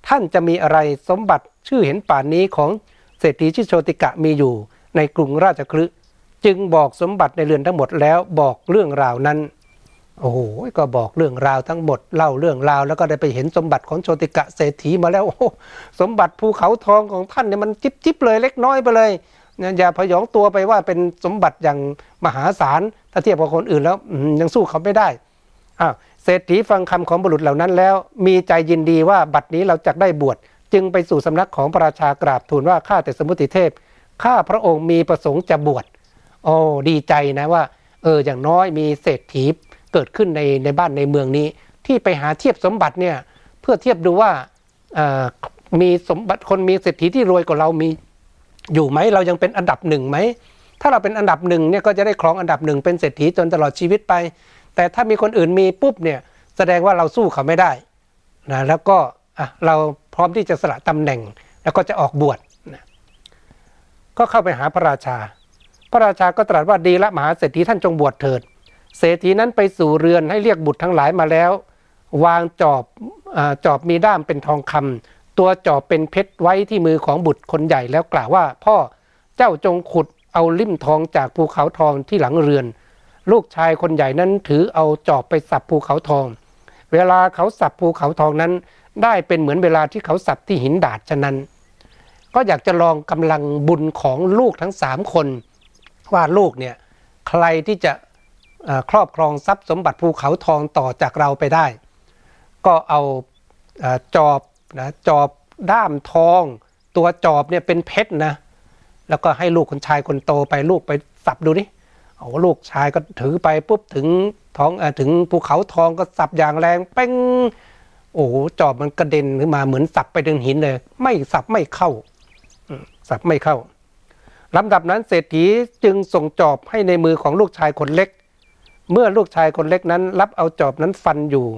ท่านจะมีอะไรสมบัติชื่อเห็นป่านนี้ของเศรษฐีชื่อโชติกะมีอยู่ในกรุงราชคฤห์จึงบอกสมบัติในเรือนทั้งหมดแล้วบอกเรื่องราวนั้นโอ้โหก็บอกเรื่องราวทั้งหมดเล่าเรื่องราวแล้วก็ได้ไปเห็นสมบัติของโชติกะเศรษฐีมาแล้วโอ้สมบัติภูเขาทองของท่านเนี่ยมันจิ๊บเลยเล็กน้อยไปเลยอย่าพยองตัวไปว่าเป็นสมบัติอย่างมหาศาลถ้าเทียบกับคนอื่นแล้วยังสู้เขาไม่ได้เศรษฐีฟังคำของบุรุษเหล่านั้นแล้วมีใจยินดีว่าบัดนี้เราจักได้บวชจึงไปสู่สำนักของพระราชากราบทูลว่าข้าแต่สมุติเทพข้าพระองค์มีประสงค์จะบวชโอ้ดีใจนะว่าอย่างน้อยมีเศรษฐีเกิดขึ้นในบ้านในเมืองนี้ที่ไปหาเทียบสมบัติเนี่ยเพื่อเทียบดูว่ามีสมบัติคนมีเศรษฐีที่รวยกว่าเรามีอยู่ไหมเรายังเป็นอันดับหนึ่งไหมถ้าเราเป็นอันดับหนึ่งเนี่ยก็จะได้ครองอันดับหนึ่งเป็นเศรษฐีจนตลอดชีวิตไปแต่ถ้ามีคนอื่นมีปุ๊บเนี่ยแสดงว่าเราสู้เขาไม่ได้นะแล้วก็เราพร้อมที่จะสละตำแหน่งแล้วก็จะออกบวชนะก็เข้าไปหาพระราชาพระราชาก็ตรัสว่าดีละมหาเศรษฐีท่านจงบวชเถิดเศรษฐีนั้นไปสู่เรือนให้เรียกบุตรทั้งหลายมาแล้ววางจอบมีด้ามเป็นทองคำตัวจอบเป็นเพชรไว้ที่มือของบุตรคนใหญ่แล้วกล่าวว่าพ่อเจ้าจงขุดเอาลิ่มทองจากภูเขาทองที่หลังเรือนลูกชายคนใหญ่นั้นถือเอาจอบไปสับภูเขาทองเวลาเขาสับภูเขาทองนั้นได้เป็นเหมือนเวลาที่เขาสับที่หินดาษฉะนั้นก็อยากจะลองกำลังบุญของลูกทั้ง3คนว่าลูกเนี่ยใครที่จะครอบครองทรัพย์สมบัติภูเขาทองต่อจากเราไปได้ก็เอาจอบด้ามทองตัวจอบเนี่ยเป็นเพชรนะแล้วก็ให้ลูกคนชายคนโตไปลูกไปสับดูดิลูกชายก็ถือไปปุ๊บถึงภูเขาทองก็สับอย่างแรงเป้งโอ้โหจอบมันกระเด็นขึ้นมาเหมือนสับไปดึงหินเลยไม่สับไม่เข้าสับไม่เข้าลำดับนั้นเศรษฐีจึงส่งจอบให้ในมือของลูกชายคนเล็กเมื่อลูกชายคนเล็กนั้นรับเอาจอบนั้นฟันอยู่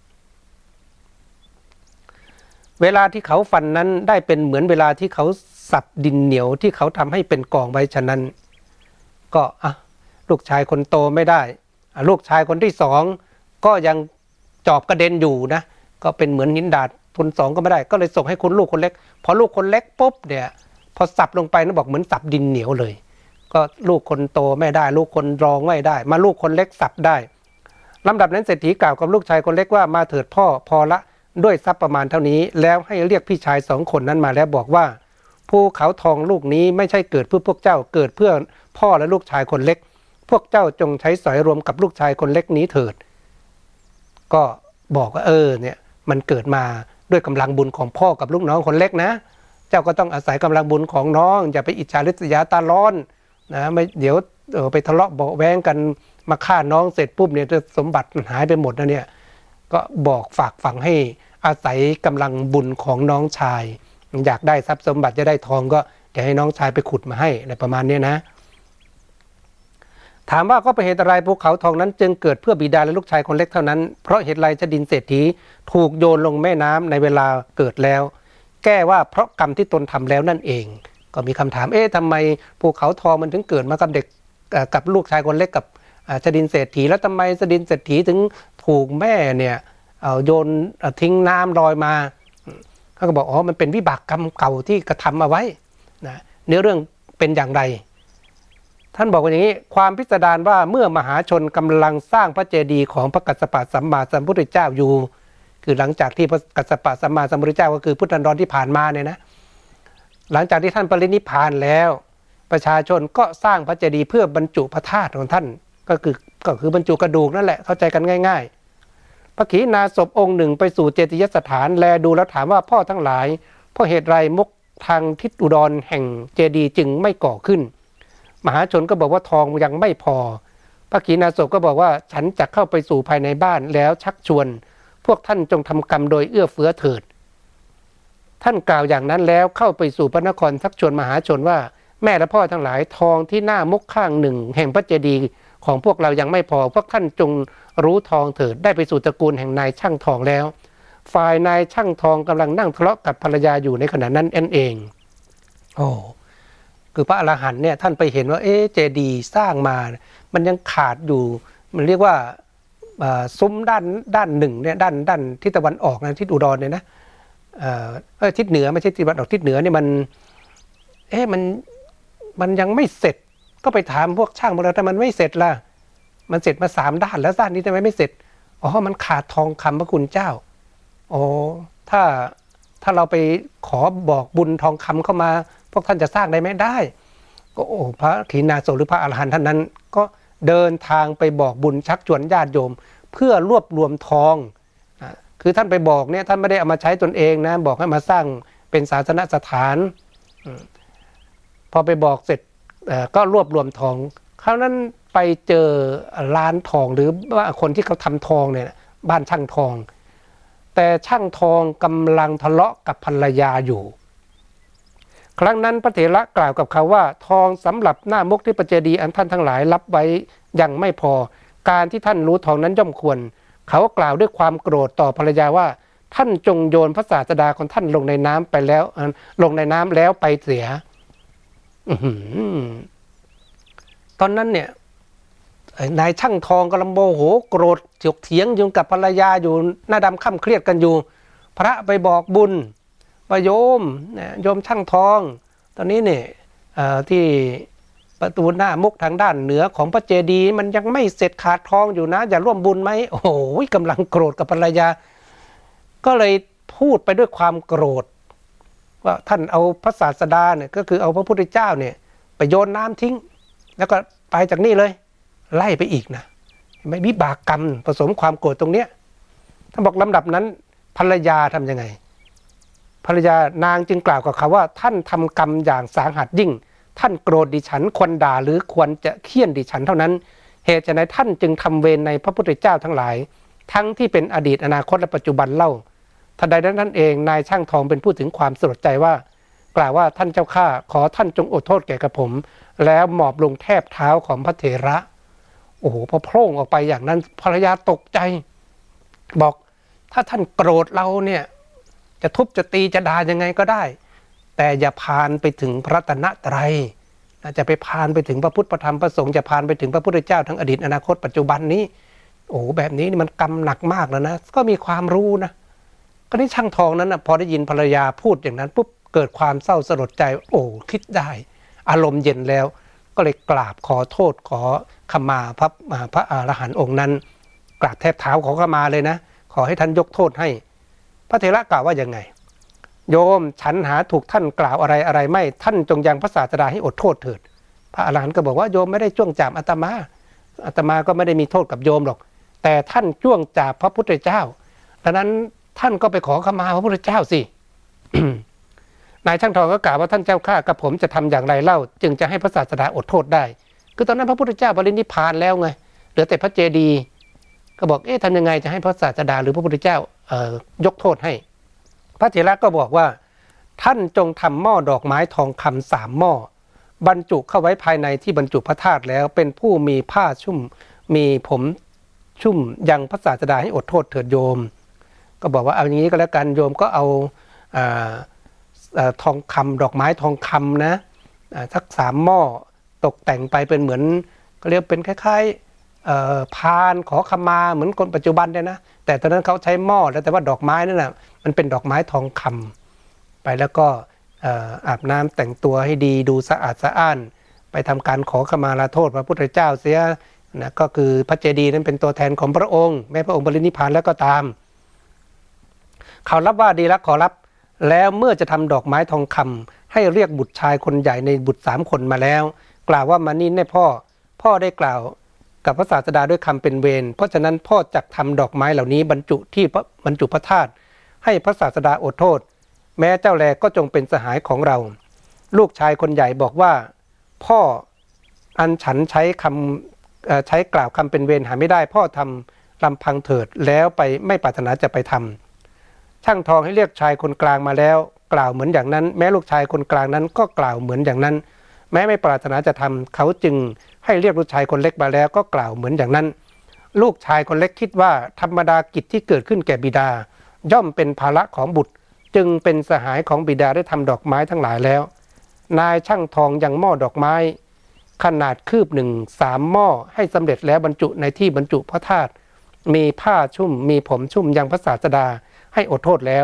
เวลาที่เขาฟันนั้นได้เป็นเหมือนเวลาที่เขาสับดินเหนียวที่เขาทำให้เป็นกองไว้ฉะนั้นก็ลูกชายคนโตไม่ได้ลูกชายคนที่2ก็ยังจอบกระเด็นอยู่นะก็เป็นเหมือนหินดาษคน2ก็ไม่ได้ก็เลยส่งให้คุณลูกคนเล็กพอลูกคนเล็กปุ๊บเนี่ยพอสับลงไปนะบอกเหมือนสับดินเหนียวเลยก็ลูกคนโตไม่ได้ลูกคนรองไม่ได้มาลูกคนเล็กสับได้ลำดับนั้นเศรษฐีกล่าวกับลูกชายคนเล็กว่ามาเถิดพ่อพอละด้วยทรัพย์ประมาณเท่านี้แล้วให้เรียกพี่ชาย2คนนั้นมาแล้วบอกว่าภูเขาทองลูกนี้ไม่ใช่เกิดเพื่อพวกเจ้าเกิดเพื่อพ่อและลูกชายคนเล็กพวกเจ้าจงใช้สอยรวมกับลูกชายคนเล็กนี้เถิดก็บอกว่าเนี่ยมันเกิดมาด้วยกำลังบุญของพ่อกับลูกน้องคนเล็กนะเจ้าก็ต้องอาศัยกำลังบุญของน้องอย่าไปอิจฉาริษยาตาร้อนนะไม่เดี๋ยวไปทะเลาะเบาะแว้งกันมาฆ่าน้องเสร็จปุ๊บเนี่ยสมบัติหายไปหมดนะเนี่ยก็บอกฝากฝังให้อาศัยกำลังบุญของน้องชายอยากได้ทรัพย์สมบัติจะได้ทองก็จะให้น้องชายไปขุดมาให้อะไรประมาณนี้นะถามว่าก็เป็นเหตุอะไรภูเขาทองนั้นจึงเกิดเพื่อบิดาและลูกชายคนเล็กเท่านั้นเพราะเหตุไรชดินเศรษฐีถูกโยนลงแม่น้ำในเวลาเกิดแล้วแก้ว่าเพราะกรรมที่ตนทำแล้วนั่นเองก็มีคำถามทำไมภูเขาทองมันถึงเกิดมากับเด็กกับลูกชายคนเล็กกับชดินเศรษฐีแล้วทำไมชดินเศรษฐีถึงถูกแม่เนี่ยโยนทิ้งน้ำลอยมาเขาก็บอกมันเป็นวิบากกรรมเก่าที่กระทำเอาไว้นะเนื้อเรื่องเป็นอย่างไรท่านบอกว่าอย่างนี้ความพิสดารว่าเมื่อมหาชนกำลังสร้างพระเจดีย์ของพระกัสสปะสัมมาสัมพุทธเจ้าอยู่คือหลังจากที่พระกัสสปะสัมมาสัมพุทธเจ้าก็คือพุทธันดรที่ผ่านมาเนี่ยนะหลังจากที่ท่านปรินิพพานแล้วประชาชนก็สร้างพระเจดีย์เพื่อบรรจุพระธาตุของท่านก็คือบรรจุกระดูกนั่นแหละเข้าใจกันง่ายๆพระขีณาสพองค์หนึ่งไปสู่เจติยสถานแลดูแล้วถามว่าพ่อทั้งหลายเพราะเหตุไรมุกทางทิศอุดรแห่งเจดีย์จึงไม่ก่อขึ้นมหาชนก็บอกว่าทองยังไม่พอพระขีณาสพก็บอกว่าฉันจะเข้าไปสู่ภายในบ้านแล้วชักชวนพวกท่านจงทำกรรมโดยเอื้อเฟื้อเถิดท่านกล่าวอย่างนั้นแล้วเข้าไปสู่พระนครชักชวนมหาชนว่าแม่และพ่อทั้งหลายทองที่หน้ามุกข้างหนึ่งแห่งพระเจดีย์ของพวกเรายังไม่พอพวกท่านจงรู้ทองเถิดได้ไปสู่ตระกูลแห่งนายช่างทองแล้วฝ่ายนายช่างทองกำลังนั่งทะเลาะกับภรรยาอยู่ในขณะนั้นเองคือพระอรหันต์เนี่ยท่านไปเห็นว่าเจดีย์สร้างมามันยังขาดอยู่มันเรียกว่าซุ้มด้านหนึ่งเนี่ยด้านทิศตะวันออกนะทิศอุดรเนี่ยนะทิศเหนือไม่ใช่ทิศตะวันออกทิศเหนือเนี่ยมันมันยังไม่เสร็จก็ไปถามพวกช่างบอกเราแต่มันไม่เสร็จล่ะมันเสร็จมา3 ด้านแล้วด้านนี้ทำไมไม่เสร็จอ๋อมันขาดทองคำพระคุณเจ้าอ๋อถ้าเราไปขอบอกบุญทองคำเข้ามาพวกท่านจะสร้างได้ไหมได้ก็โอ้พระขีณาสพหรือพระอรหันต์ท่านนั้นก็เดินทางไปบอกบุญชักชวนญาติโยมเพื่อรวบรวมทองคือท่านไปบอกเนี่ยท่านไม่ได้เอามาใช้ตนเองนะบอกให้มาสร้างเป็นศาสนสถานพอไปบอกเสร็จก็รวบรวมทองคราวนั้นไปเจอร้านทองหรือว่าคนที่เขาทำทองเนี่ยบ้านช่างทองแต่ช่างทองกำลังทะเลาะกับภรรยาอยู่ครั้งนั้นพระเถระกล่าวกับเขาว่าทองสำหรับหน้ามกที่ประเจดีย์อันท่านทั้งหลายรับไว้ยังไม่พอการที่ท่านรู้ทองนั้นย่อมควรเขากล่าวด้วยความโกรธต่อภรรยาว่าท่านจงโยนพระศาสดาของท่านลงในน้ำไปแล้วลงในน้ำแล้วไปเสียตอนนั้นเนี่ยนายช่างทองกำลังโมโหโกรธเถียงอยู่กับภรรยาอยู่หน้าดำค่ำเครียดกันอยู่พระไปบอกบุญว่าโยมช่างทองตอนนี้เนี่ยที่ประตูหน้ามุกทางด้านเหนือของพระเจดีย์มันยังไม่เสร็จขาดทองอยู่นะอย่าร่วมบุญไหมโอ้โหกำลังโกรธกับภรรยาก็เลยพูดไปด้วยความโกรธว่าท่านเอาพระศาสดาเนี่ยก็คือเอาพระพุทธเจ้าเนี่ยไปโยนน้ำทิ้งแล้วก็ไปจากนี่เลยไล่ไปอีกนะไม่วิบากกรรมผสมความโกรธตรงเนี้ยท่านบอกลำดับนั้นภรรยาทำยังไงภรรยานางจึงกล่าวกับเขาว่าท่านทำกรรมอย่างสาหัสยิ่งท่านโกรธดิฉันควรด่าหรือควรจะเฆี่ยนดิฉันเท่านั้นเหตุฉะนั้นท่านจึงทำเวรในพระพุทธเจ้าทั้งหลายทั้งที่เป็นอดีตอนาคตและปัจจุบันเล่าทันใดนั้นเองนายช่างทองเป็นผู้ถึงความสลดใจว่ากล่าวว่าท่านเจ้าข้าขอท่านจงอดโทษแก่กระผมแล้วหมอบลงแทบเท้าของพระเถระโอ้โหพอโพล่งออกไปอย่างนั้นภรรยาตกใจบอกถ้าท่านโกรธเราเนี่ยจะทุบจะตีจะด่ายังไงก็ได้แต่อย่าพานไปถึงพระรัตนตรัยจะไปพานไปถึงพระพุทธพระธรรมพระสงฆ์จะพานไปถึงพระพุทธเจ้าทั้งอดีตอนาคตปัจจุบันนี้โอ้แบบนี้มันกรรมหนักมากแล้วนะก็มีความรู้นะก็นี่ช่างทองนั้นนะพอได้ยินภรรยาพูดอย่างนั้นปุ๊บเกิดความเศร้าสลดใจโอ้คิดได้อารมณ์เย็นแล้วก็เลยกราบขอโทษขอขมาพระอรหันต์องค์นั้นกราบแทบเท้าขอขมาเลยนะขอให้ท่านยกโทษให้พระเถระกล่าวว่ายังไงโยมฉันหาถูกท่านกล่าวอะไรไม่ท่านจงยังพระศาสดาให้อดโทษเถิดพระอรหันต์ก็บอกว่าโยมไม่ได้จ้วงจามอาตมาก็ไม่ได้มีโทษกับโยมหรอกแต่ท่านจ้วงจามพระพุทธเจ้าดังนั้นท่านก็ไปขอขมาพระพุทธเจ้าสิ นายช่างทองก็กล่าวว่าท่านเจ้าข้ากับผมจะทำอย่างไรเล่าจึงจะให้พระศาสดาอดโทษได้คือตอนนั้นพระพุทธเจ้าปรินิพพานแล้วไงเหลือแต่พระเจดีย์ก็บอกทำยังไงจะให้พระศาสดาหรือพระพุทธเจ้ายกโทษให้พระเถระก็บอกว่าท่านจงทำหม้อดอกไม้ทองคำ3 หม้อบรรจุเข้าไว้ภายในที่บรรจุพระธาตุแล้วเป็นผู้มีผ้าชุ่มมีผมชุ่มยังพระศาสดาให้อดโทษเถิดโยมก็บอกว่าเอาอย่างนี้ก็แล้วกันโยมก็เอาทองคำดอกไม้ทองคำนะสัก3 หม้อตกแต่งไปเป็นเหมือนก็เรียกเป็นคล้ายๆพานขอขมาเหมือนคนปัจจุบันเนี่ยนะแต่ตอนนั้นเขาใช้หม้อแล้วแต่ว่าดอกไม้นั่นน่ะมันเป็นดอกไม้ทองคำไปแล้วก็อาบน้ำแต่งตัวให้ดีดูสะอาดสะอ้านไปทำการขอขมาลาโทษพระพุทธเจ้าเสียนะก็คือพระเจดีย์นั้นเป็นตัวแทนของพระองค์แม้พระองค์ปรินิพพานแล้วก็ตามเขารับว่าดีแล้วขอรับแล้วเมื่อจะทำดอกไม้ทองคำให้เรียกบุตรชายคนใหญ่ในบุตร3 คนมาแล้วกล่าวว่ามานี่แน่พ่อได้กล่าวกับพระศาสดาด้วยคำเป็นเวรเพราะฉะนั้นพ่อจักทำดอกไม้เหล่านี้บรรจุพระธาตุให้พระศาสดาอดโทษแม้เจ้าแลก็จงเป็นสหายของเราลูกชายคนใหญ่บอกว่าพ่ออันฉันใช้กล่าวคำเป็นเวรหาไม่ได้พ่อทำลำพังเถิดแล้วไปไม่ปรารถนาจะไปทำช่างทองให้เรียกชายคนกลางมาแล้วกล่าวเหมือนอย่างนั้นแม้ลูกชายคนกลางนั้นก็กล่าวเหมือนอย่างนั้นแม้ไม่ปรารถนาจะทำเขาจึงให้เรียกลูกชายคนเล็กมาแล้วก็กล่าวเหมือนอย่างนั้นลูกชายคนเล็กคิดว่าธรรมดากิจที่เกิดขึ้นแก่บิดาย่อมเป็นภาระของบุตรจึงเป็นสหายของบิดาได้ทำดอกไม้ทั้งหลายแล้วนายช่างทองยังหม้อดอกไม้ขนาดคืบหนึ่ง3 หม้อให้สำเร็จแล้วบรรจุในที่บรรจุพระธาตุมีผ้าชุ่มมีผมชุ่มยังพระศาสดาให้อดโทษแล้ว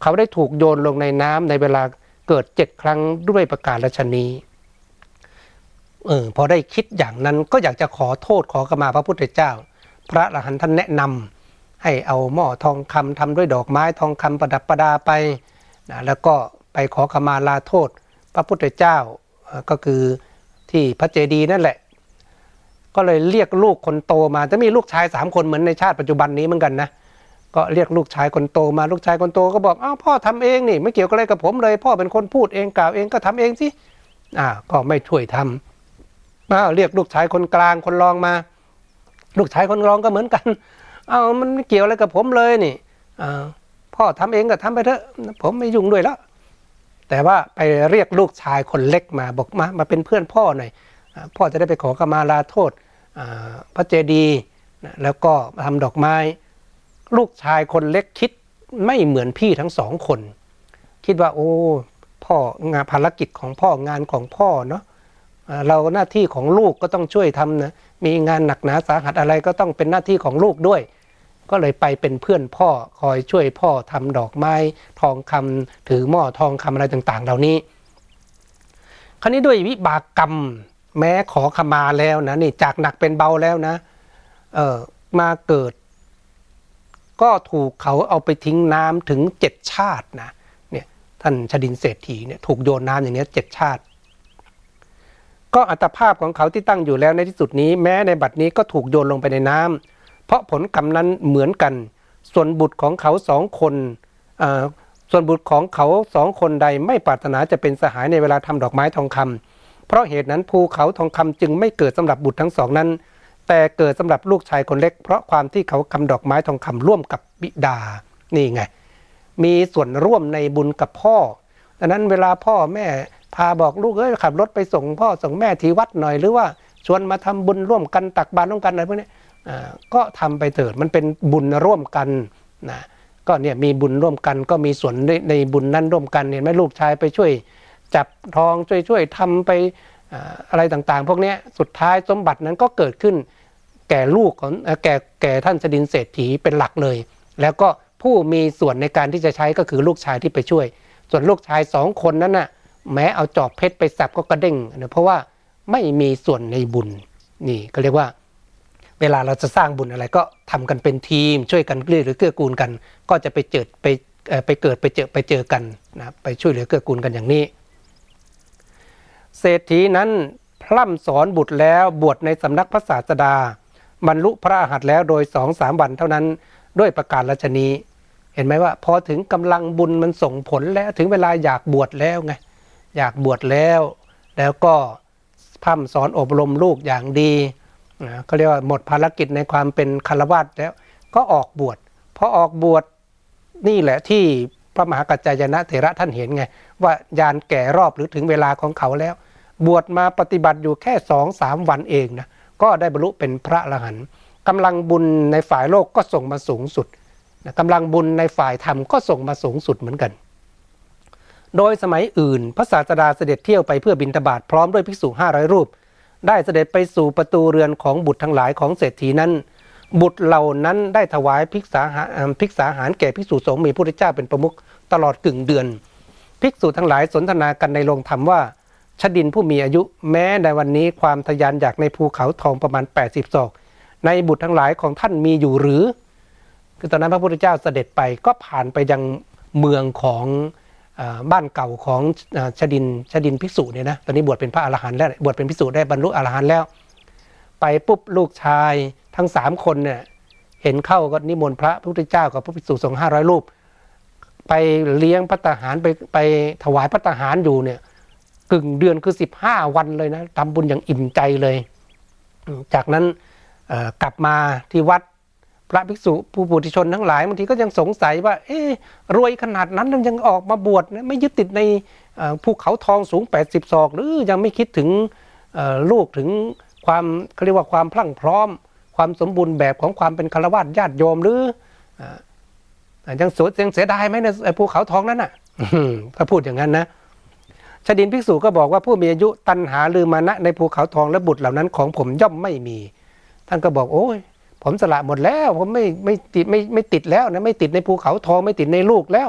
เขาได้ถูกโยนลงในน้ำในเวลาเกิด7 ครั้งด้วยประการฉะนี้พอได้คิดอย่างนั้นก็อยากจะขอโทษขอขมาพระพุทธเจ้าพระอรหันต์ท่านแนะนำให้เอาหม้อทองคำทำด้วยดอกไม้ทองคำประดับประดาไปนะแล้วก็ไปขอขมาลาโทษพระพุทธเจ้าก็คือที่พระเจดีย์นั่นแหละก็เลยเรียกลูกคนโตมาจะมีลูกชาย3 คนเหมือนในชาติปัจจุบันนี้เหมือนกันนะก็เรียกลูกชายคนโตมาลูกชายคนโตก็บอกอ้าวพ่อทำเองนี่ไม่เกี่ยวกับอะไรกับผมเลยพ่อเป็นคนพูดเองกล่าวเองก็ทำเองสิก็ไม่ช่วยทำเรียกลูกชายคนกลางคนรองมาลูกชายคนรองก็เหมือนกันมันไม่เกี่ยวอะไรกับผมเลยนี่พ่อทำเองก็ทำไปเถอะผมไม่ยุ่งด้วยแล้วแต่ว่าไปเรียกลูกชายคนเล็กมาบอกมาเป็นเพื่อนพ่อหน่อยพ่อจะได้ไปขอขมาลาโทษพระเจดีย์แล้วก็ทำดอกไม้ลูกชายคนเล็กคิดไม่เหมือนพี่ทั้ง2 คนคิดว่าโอ้พ่องานภารกิจของพ่องานของพ่อเนาะเราหน้าที่ของลูกก็ต้องช่วยทำนะมีงานหนักหนาสาหัสอะไรก็ต้องเป็นหน้าที่ของลูกด้วยก็เลยไปเป็นเพื่อนพ่อคอยช่วยพ่อทำดอกไม้ทองคำถือหม้อทองคำอะไรต่างๆเหล่านี้คราวนี้ด้วยวิบากกรรมแม้ขอขมาแล้วนะนี่จากหนักเป็นเบาแล้วนะมาเกิดก็ถูกเขาเอาไปทิ้งน้ำถึง7 ชาตินะเนี่ยท่านชดินเศรษฐีเนี่ยถูกโยนน้ำอย่างนี้7 ชาติก็อัตภาพของเขาที่ตั้งอยู่แล้วในที่สุดนี้แม้ในบัดนี้ก็ถูกโยนลงไปในน้ำเพราะผลกรรมนั้นเหมือนกันส่วนบุตรของเขา2 คนส่วนบุตรของเขา2 คนใดไม่ปรารถนาจะเป็นสหายในเวลาทำดอกไม้ทองคำเพราะเหตุนั้นภูเขาทองคำจึงไม่เกิดสำหรับบุตรทั้ง2นั้นแต่เกิดสำหรับลูกชายคนเล็กเพราะความที่เขาทำดอกไม้ทองคำร่วมกับบิดานี่ไงมีส่วนร่วมในบุญกับพ่อดังนั้นเวลาพ่อแม่พาบอกลูกขับรถไปส่งพ่อส่งแม่ที่วัดหน่อยหรือว่าชวนมาทำบุญร่วมกันตักบาตรร่วมกันอะไรพวกนี้ก็ทำไปเถิดมันเป็นบุญร่วมกันนะก็เนี่ยมีบุญร่วมกันก็มีส่วนในบุญนั้นร่วมกันเห็นไหมลูกชายไปช่วยจับทองช่วยทำไปอะไรต่างๆพวกนี้สุดท้ายสมบัตินั้นก็เกิดขึ้นแก่ลูกของแก่ท่านชดินเศรษฐีเป็นหลักเลยแล้วก็ผู้มีส่วนในการที่จะใช้ก็คือลูกชายที่ไปช่วยส่วนลูกชาย2 คนนั้นน่ะแม้เอาจอบเพชรไปสับก็กระเด้งนะเพราะว่าไม่มีส่วนในบุญนี่ก็เรียกว่าเวลาเราจะสร้างบุญอะไรก็ทำกันเป็นทีมช่วยกันหรือเกื้อกูลกันก็จะไปเกิดไปเจอกันนะไปช่วยเหลือเกื้อกูลกันอย่างนี้เศรษฐีนั้นพร่ำสอนบุตรแล้วบวชในสำนักพระศาสดาบรรลุพระอรหันต์แล้วโดย 2-3 วันเท่านั้นด้วยประการฉะนี้เห็นไหมว่าพอถึงกำลังบุญมันส่งผลแล้วถึงเวลาอยากบวชแล้วไงอยากบวชแล้วก็พร่ำสอนอบรมลูกอย่างดีก็เรียกว่าหมดภารกิจในความเป็นฆราวาสแล้วก็ออกบวชพอออกบวชนี่แหละที่พระมหากัจจายนะเถระท่านเห็นไงว่ายานแก่รอบหรือถึงเวลาของเขาแล้วบวชมาปฏิบัติอยู่แค่ 2-3 วันเองนะก็ได้บรรลุเป็นพระอรหันต์กำลังบุญในฝ่ายโลกก็ส่งมาสูงสุดกำลังบุญในฝ่ายธรรมก็ส่งมาสูงสุดเหมือนกันโดยสมัยอื่นพระศาสดาเสด็จเที่ยวไปเพื่อบิณฑบาตพร้อมด้วยภิกษุ500 รูปได้เสด็จไปสู่ประตูเรือนของบุตรทั้งหลายของเศรษฐีนั้นบุตรเหล่านั้นได้ถวายภิกษาหารแก่ภิกษุสงฆ์มีพระพุทธเจ้าเป็นประมุขตลอดกึ่งเดือนภิกษุทั้งหลายสนทนากันในโรงธรรมว่าชดินผู้มีอายุแม้ในวันนี้ความทะยานอยากในภูเขาทองประมาณ80 ศอกในบุตรทั้งหลายของท่านมีอยู่หรือคือตอนนั้นพระพุทธเจ้าเสด็จไปก็ผ่านไปยังเมืองของบ้านเก่าของชดินภิกษุเนี่ยนะตอนนี้บวชเป็นพระอรหันต์แล้วบวชเป็นภิกษุได้บรรลุอรหันต์แล้วไปปุ๊บลูกชายทั้ง3 คนเนี่ยเห็นเข้าก็นิมนต์พระพุทธเจ้ากับพระภิกษุสงฆ์500 รูปไปเลี้ยงภัตตาหารไปถวายภัตตาหารอยู่เนี่ยกึ่งเดือนคือ15 วันเลยนะทำบุญอย่างอิ่มใจเลยจากนั้นกลับมาที่วัดพระภิกษุผู้ปุถุชนทั้งหลายบางทีก็ยังสงสัยว่ารวยขนาดนั้นยังออกมาบวชไม่ยึดติดในภูเขาทองสูง80 ศอกหรือยังไม่คิดถึงลูกถึงความเขาเรียกว่าความพรั่งพร้อมความสมบูรณ์แบบของความเป็นฆราวาสญาติโยมหรือยังเสียดายไหมในภูเขาทองนั้นน่ะถ้าพูดอย่างนั้นนะชดินภิกษุก็บอกว่าผู้มีอายุตัณหาลือมานะในภูเขาทองและบุตรเหล่านั้นของผมย่อมไม่มีท่านก็บอกโอ้ยผมสละหมดแล้วผมไม่ติดแล้วนะไม่ติดในภูเขาทองไม่ติดในลูกแล้ว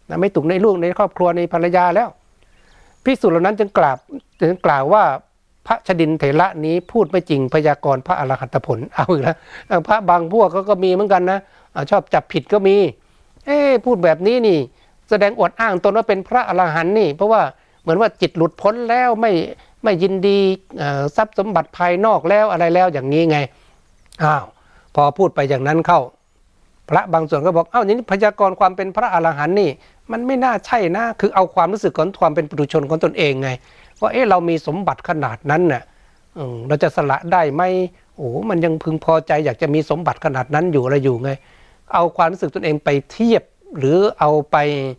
นะไม่ตกในลูกในครอบครัวในภรรยาแล้วภิกษุเหล่านั้นจึงกล่าวว่าพระชดินเถระนี้พูดไม่จริงพยากรณ์พระอรหัตผลเอาอีกแล้วพระบางพวกก็มีเหมือนกันนะชอบจับผิดก็มีพูดแบบนี้นี่แสดงอวดอ้างตนว่าเป็นพระอรหันต์นี่เพราะว่าเหมือนว่าจิตหลุดพ้นแล้วไม่ยินดีทรัพย์สมบัติภายนอกแล้วอะไรแล้วอย่างนี้ไงพอพูดไปอย่างนั้นเข้าพระบางส่วนก็บอกนี่พยากรณ์ความเป็นพระอรหันต์นี่มันไม่น่าใช่นะคือเอาความรู้สึกของความเป็นปุถุชนของตนเองไงว่าเรามีสมบัติขนาดนั้นน่ะเราจะสละได้ไหมมันยังพึงพอใจอยากจะมีสมบัติขนาดนั้นอยู่อะไรอยู่ไงเอาความรู้สึกตนเองไปเทียบหรือเอาไป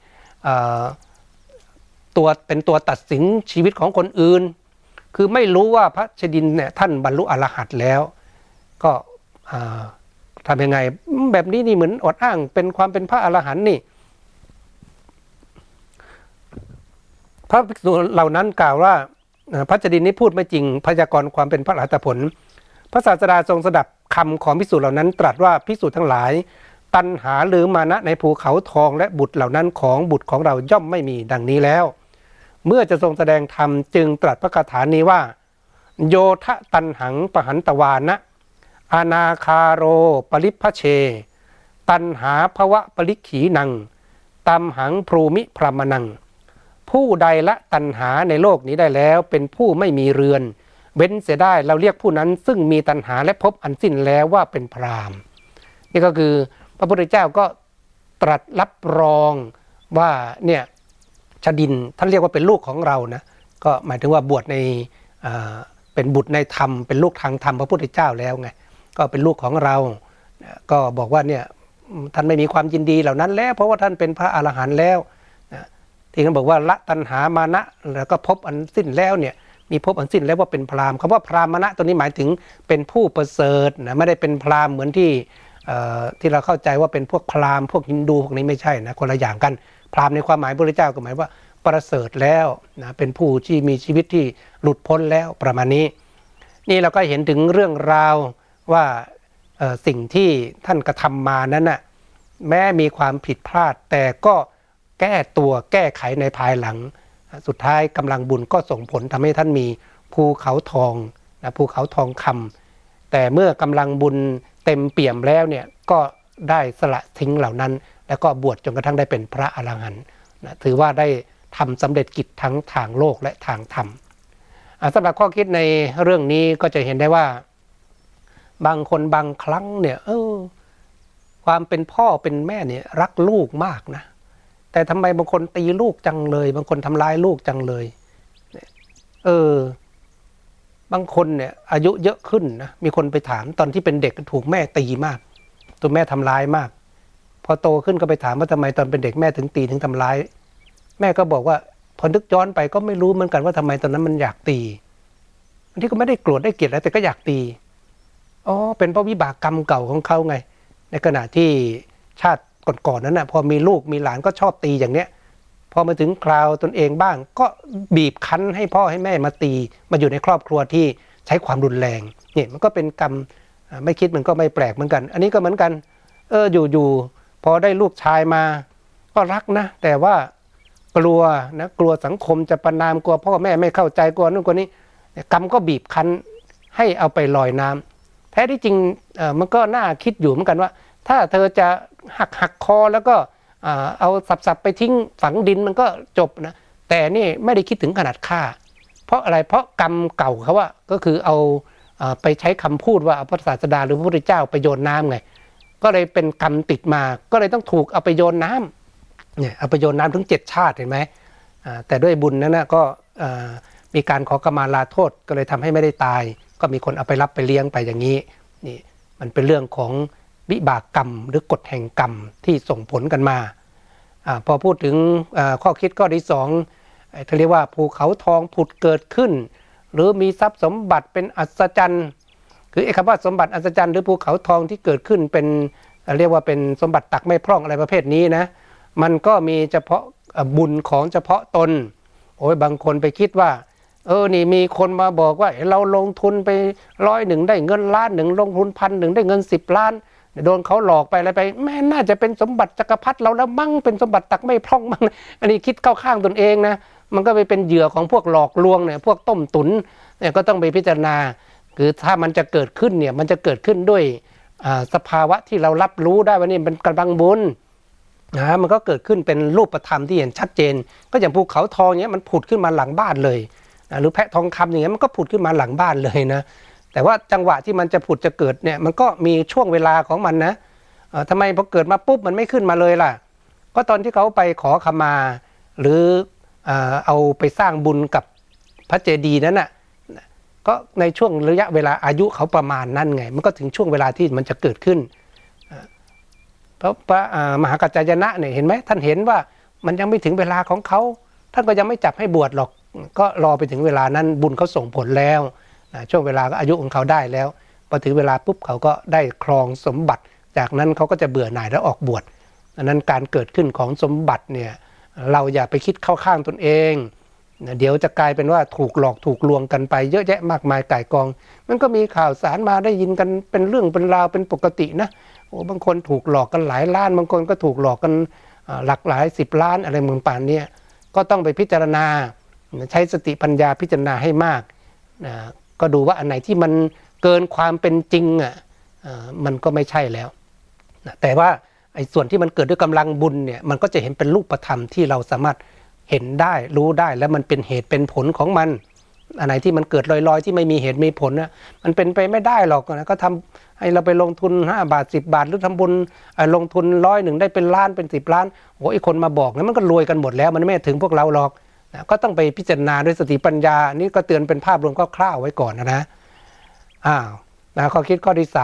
เป็นตัวตัดสินชีวิตของคนอื่นคือไม่รู้ว่าพระชดินเนี่ยท่านบรรลุอรหันต์แล้วก็ทำยังไงแบบนี้นี่เหมือนอดอ้างเป็นความเป็นพระอรหันต์นี่พระภิกษุเหล่านั้นกล่าวว่าพระชดินนี้พูดไม่จริงพยากรณ์ความเป็นพระอรหัตผลพระศาสดาทรงสดับคำของภิกษุเหล่านั้นตรัสว่าภิกษุทั้งหลายตัณหาหรือมานะในภูเขาทองและบุตรเหล่านั้นของบุตรของเราย่อมไม่มีดังนี้แล้วเมื่อจะทรงแสดงธรรมจึงตรัสพระคาถานี้ว่าโยทะตันหังปหันตวานะอนาคาโรปริพเชตันหาภวะปริขีนังตัมหังพรูมิพรหมนังผู้ใดละตัณหาในโลกนี้ได้แล้วเป็นผู้ไม่มีเรือนเว้นเสียได้เราเรียกผู้นั้นซึ่งมีตัณหาและพบอันสิ้นแล้วว่าเป็นพราหมณ์นี่ก็คือพระพุทธเจ้าก็ตรัสรับรองว่าเนี่ยชดินท่านเรียกว่าเป็นลูกของเรานะก็หมายถึงว่าบวชในเป็นบุตรในธรรมเป็นลูกทางธรรมพระพุทธเจ้าแล้วไงก็เป็นลูกของเราก็บอกว่าเนี่ยท่านไม่มีความยินดีเหล่านั้นแล้วเพราะว่าท่านเป็นพระอรหันต์แล้วที่ท่านบอกว่าละตัณหามานะแล้วก็พบอันสิ้นแล้วเนี่ยมีพบอันสิ้นแล้วว่าเป็นพราหมณ์คำว่าพราหมณะตัวนี้หมายถึงเป็นผู้ประเสริฐนะไม่ได้เป็นพราหมณ์เหมือนที่เราเข้าใจว่าเป็นพวกพราหมณ์พวกฮินดูพวกนี้ไม่ใช่นะคนละอย่างกันพราหมณ์ในความหมายพระพุทธเจ้าก็หมายว่าประเสริฐแล้วนะเป็นผู้ที่มีชีวิตที่หลุดพ้นแล้วประมาณนี้นี่เราก็เห็นถึงเรื่องราวว่าสิ่งที่ท่านกระทำมานั้นน่ะแม้มีความผิดพลาดแต่ก็แก้ตัวแก้ไขในภายหลังสุดท้ายกำลังบุญก็ส่งผลทำให้ท่านมีภูเขาทองนะภูเขาทองคำแต่เมื่อกำลังบุญเต็มเปี่ยมแล้วเนี่ยก็ได้สละทิ้งเหล่านั้นแล้วก็บวชจนกระทั่งได้เป็นพระอรหันต์นะถือว่าได้ทำสำเร็จกิจทั้งทางโลกและทางธรรมสำหรับข้อคิดในเรื่องนี้ก็จะเห็นได้ว่าบางคนบางครั้งเนี่ยความเป็นพ่อเป็นแม่เนี่ยรักลูกมากนะแต่ทำไมบางคนตีลูกจังเลยบางคนทำร้ายลูกจังเลยบางคนเนี่ยอายุเยอะขึ้นนะมีคนไปถามตอนที่เป็นเด็กถูกแม่ตีมากตัวแม่ทำร้ายมากพอโตขึ้นก็ไปถามว่าทำไมตอนเป็นเด็กแม่ถึงตีถึงทำร้ายแม่ก็บอกว่าพอนึกย้อนไปก็ไม่รู้เหมือนกันว่าทำไมตอนนั้นมันอยากตีบางทีก็ไม่ได้โกรธได้เกลียดอะไรแต่ก็อยากตีเป็นเพราะวิบากกรรมเก่าของเขาไงในขณะที่ชาติก่อนๆนั้นนะพอมีลูกมีหลานก็ชอบตีอย่างเนี้ยพอมาถึงคราวตนเองบ้างก็บีบคั้นให้พ่อให้แม่มาตีมาอยู่ในครอบครัวที่ใช้ความรุนแรงเนี่ยมันก็เป็นกรรมไม่คิดมันก็ไม่แปลกเหมือนกันอันนี้ก็เหมือนกันอยู่พอได้ลูกชายมาก็รักนะแต่ว่ากลัวสังคมจะประณามกลัวพ่อแม่ไม่เข้าใจกลัวนู่นกลัวนี้กรรมก็บีบคั้นให้เอาไปลอยน้ำแท้ที่จริงมันก็น่าคิดอยู่เหมือนกันว่าถ้าเธอจะหักคอแล้วก็เอาสับไปทิ้งฝังดินมันก็จบนะแต่นี่ไม่ได้คิดถึงขนาดฆ่าเพราะอะไรเพราะกรรมเก่าเขาว่าก็คือเอาไปใช้คำพูดว่าพระศาสดาหรือพระพุทธเจ้าไปโยนน้ำไงก็เลยเป็นกรรมติดมาก็เลยต้องถูกเอาไปโยนน้ำเนี่ยเอาไปโยนน้ำถึง7 ชาติเห็นไหมแต่ด้วยบุญนั้นนะก็มีการขอกมาลาโทษก็เลยทำให้ไม่ได้ตายก็มีคนเอาไปรับไปเลี้ยงไปอย่างนี้นี่มันเป็นเรื่องของวิบากกรรมหรือกฎแห่งกรรมที่ส่งผลกันมาพอพูดถึงข้อคิดข้อที่2เขาเรียกว่าภูเขาทองผุดเกิดขึ้นหรือมีทรัพย์สมบัติเป็นอัศจรรย์คือคำว่าสมบัติอัศจรรย์หรือภูเขาทองที่เกิดขึ้นเป็นเรียกว่าเป็นสมบัติตักไม่พร่องอะไรประเภทนี้นะมันก็มีเฉพาะบุญของเฉพาะตนบางคนไปคิดว่านี่มีคนมาบอกว่าเราลงทุนไป100ได้เงิน1,000,000ลงทุน1,000ได้เงิน10 ล้านโดนเขาหลอกไปอะไรไปแม่น่าจะเป็นสมบัติจักรพรรดิเราแล้วมั่งเป็นสมบัติตักไม่พร่องมั่งอันนี้คิดเข้าข้างตนเองนะมันก็ไปเป็นเหยื่อของพวกหลอกลวงเนี่ยพวกต้มตุ๋นเนี่ยก็ต้องไปพิจารณาคือถ้ามันจะเกิดขึ้นเนี่ยมันจะเกิดขึ้นด้วยสภาวะที่เรารับรู้ได้ว่านี่เป็นกำลังบุญมันก็เกิดขึ้นเป็นรูปธรรมที่เห็นชัดเจนก็อย่างภูเขาทองเนี้ยมันผุดขึ้นมาหลังบ้านเลยหรือแพะทองคำอย่างเงี้ยมันก็ผุดขึ้นมาหลังบ้านเลยนะแต่ว่าจังหวะที่มันจะผุดจะเกิดเนี่ยมันก็มีช่วงเวลาของมันนะทำไมพอเกิดมาปุ๊บมันไม่ขึ้นมาเลยล่ะก็ตอนที่เขาไปขอขมาหรือเอาไปสร้างบุญกับพระเจดีย์นั้นน่ะก็ในช่วงระยะเวลาอายุเขาประมาณนั้นไงมันก็ถึงช่วงเวลาที่มันจะเกิดขึ้นเพราะพระมหากัจจายนะเนี่ยเห็นไหมท่านเห็นว่ามันยังไม่ถึงเวลาของเขาท่านก็ยังไม่จับให้บวชหรอกก็รอไปถึงเวลานั้นบุญเขาส่งผลแล้วช่วงเวลาอายุของเขาได้แล้วพอถึงเวลาปุ๊บเขาก็ได้ครองสมบัติจากนั้นเขาก็จะเบื่อหน่ายแล้วออกบวชดังนั้นการเกิดขึ้นของสมบัติเนี่ยเราอย่าไปคิดเข้าข้างตนเองเดี๋ยวจะกลายเป็นว่าถูกหลอกถูกลวงกันไปเยอะแยะมากมายก่ายกองมันก็มีข่าวสารมาได้ยินกันเป็นเรื่องเป็นราวเป็นปกตินะโอ้บางคนถูกหลอกกันหลายล้านบางคนก็ถูกหลอกกันหลักหลาย10 ล้านอะไรเหมือนป่านนี้ก็ต้องไปพิจารณาใช้สติปัญญาพิจารณาให้มากก็ดูว่าอันไหนที่มันเกินความเป็นจริงมันก็ไม่ใช่แล้วแต่ว่าไอ้ส่วนที่มันเกิดด้วยกำลังบุญเนี่ยมันก็จะเห็นเป็นรูปธรรมที่เราสามารถเห็นได้รู้ได้แล้วมันเป็นเหตุเป็นผลของมันอันไหนที่มันเกิดลอยๆที่ไม่มีเหตุมีผลนะมันเป็นไปไม่ได้หรอกนะก็ทำให้เราไปลงทุน5 บาท10 บาทหรือทำบุญลงทุน100ได้เป็นล้านเป็น10 ล้านโอ้ยคนมาบอกนะมันก็รวยกันหมดแล้วมันไม่ถึงพวกเราหรอกนะก็ต้องไปพิจารณาด้วยสติปัญญานี่ก็เตือนเป็นภาพรวมคร่าวๆไว้ก่อนนะข้อคิดข้อที่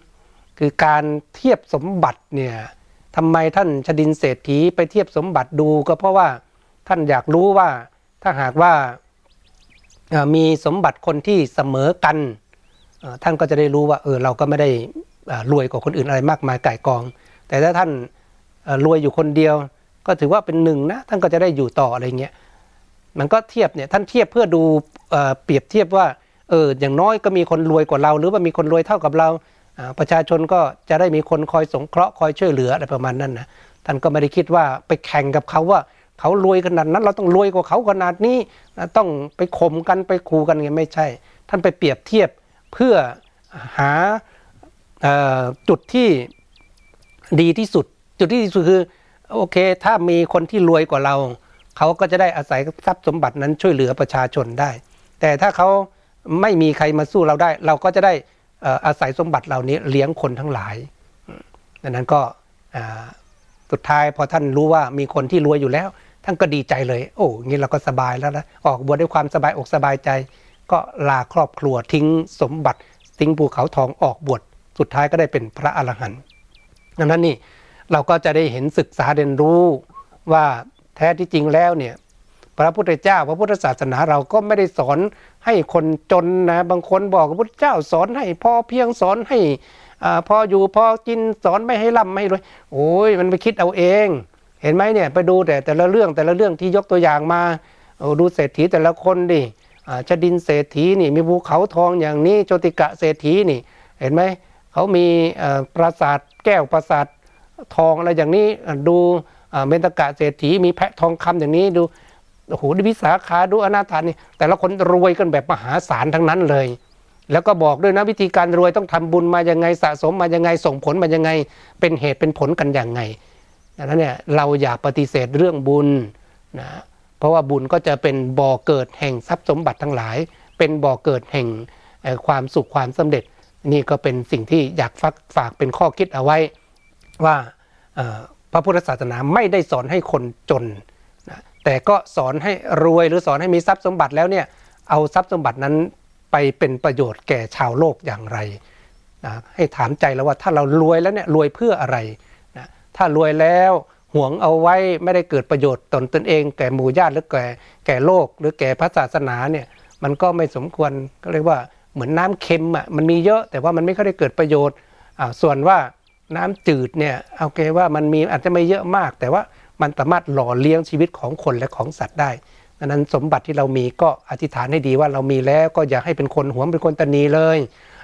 3คือการเทียบสมบัติเนี่ยทำไมท่านชดินเศรษฐีไปเทียบสมบัติดูก็เพราะว่าท่านอยากรู้ว่าถ้าหากว่ามีสมบัติคนที่เสมอกันท่านก็จะได้รู้ว่าเราก็ไม่ได้รวยกว่าคนอื่นอะไรมากมายก่ายกองแต่ถ้าท่านรวยอยู่คนเดียวก็ถือว่าเป็นหนึ่งนะท่านก็จะได้อยู่ต่ออะไรเงี้ยมันก็เทียบเนี่ยท่านเทียบเพื่อดูเปรียบเทียบว่าอย่างน้อยก็มีคนรวยกว่าเราหรือว่ามีคนรวยเท่ากับเราประชาชนก็จะได้มีคนคอยสงเคราะห์คอยช่วยเหลืออะไรประมาณนั้นนะท่านก็ไม่ได้คิดว่าไปแข่งกับเขาว่าเขารวยขนาดนั้นเราต้องรวยกว่าเขาขนาดนี้ต้องไปข่มกันไปขู่กันไงไม่ใช่ท่านไปเปรียบเทียบเพื่อหาจุดที่ดีที่สุดจุดที่ดีที่สุดคือโอเคถ้ามีคนที่รวยกว่าเราเขาก็จะได้อาศัยทรัพย์สมบัตินั้นช่วยเหลือประชาชนได้แต่ถ้าเขาไม่มีใครมาสู้เราได้เราก็จะได้อาศัยสมบัติเหล่านี้เลี้ยงคนทั้งหลายดังนั้นก็สุดท้ายพอท่านรู้ว่ามีคนที่รวยอยู่แล้วท่านก็ดีใจเลยโอ้งี้เราก็สบายแล้วนะออกบวชด้วยความสบายอกสบายใจก็ลาครอบครัวทิ้งสมบัติทิ้งภูเขาทองออกบวชสุดท้ายก็ได้เป็นพระอรหันต์ดังนั้นนี่เราก็จะได้เห็นศึกษาเรียนรู้ว่าแท้ที่จริงแล้วเนี่ยพระพุทธเจ้าพระพุทธศาสนาเราก็ไม่ได้สอนให้คนจนนะบางคนบอกพระพุทธเจ้าสอนให้พอเพียงสอนให้พออยู่พอกินสอนไม่ให้ร่ำไม่รวยโอ้ยมันไปคิดเอาเองเห็นไหมเนี่ยไปดูแต่ละเรื่องที่ยกตัวอย่างมาดูเศรษฐีแต่ละคนดิชดินเศรษฐีนี่มีภูเขาทองอย่างนี้โจติกะเศรษฐีนี่เห็นไหมเขามีปราสาทแก้วปราสาททองอะไรอย่างนี้ดูเมตกะเศรษฐีมีแพะทองคำอย่างนี้ดูโอ้โหดิวิสาขาดูอนาถานี่แต่ละคนรวยกันแบบมหาศาลทั้งนั้นเลยแล้วก็บอกด้วยนะวิธีการรวยต้องทำบุญมายังไงสะสมมายังไงส่งผลมายังไงเป็นเหตุเป็นผลกันอย่างไงดังนั้นเนี่ยเราอย่าปฏิเสธเรื่องบุญนะเพราะว่าบุญก็จะเป็นบ่อเกิดแห่งทรัพย์สมบัติทั้งหลายเป็นบ่อเกิดแห่งความสุขความสำเร็จนี่ก็เป็นสิ่งที่อยากฝากเป็นข้อคิดเอาไว้ว่าพระพุทธศาสนาไม่ได้สอนให้คนจนนะแต่ก็สอนให้รวยหรือสอนให้มีทรัพย์สมบัติแล้วเนี่ยเอาทรัพย์สมบัตินั้นไปเป็นประโยชน์แก่ชาวโลกอย่างไรนะให้ถามใจแล้วว่าถ้าเรารวยแล้วเนี่ยรวยเพื่ออะไรนะถ้ารวยแล้วหวงเอาไว้ไม่ได้เกิดประโยชน์ตนเองแก่หมู่ญาติหรือแก่โลกหรือแก่พระศาสนาเนี่ยมันก็ไม่สมควรก็เรียกว่าเหมือนน้ำเค็มมันมีเยอะแต่ว่ามันไม่ค่อยได้เกิดประโยชน์ส่วนว่าน้ำจืดเนี่ยโอเคว่ามันมีอาจจะไม่เยอะมากแต่ว่ามันสามารถหล่อเลี้ยงชีวิตของคนและของสัตว์ได้ดังนั้นสมบัติที่เรามีก็อธิษฐานให้ดีว่าเรามีแล้วก็อย่าให้เป็นคนหวงเป็นคนตนีเลย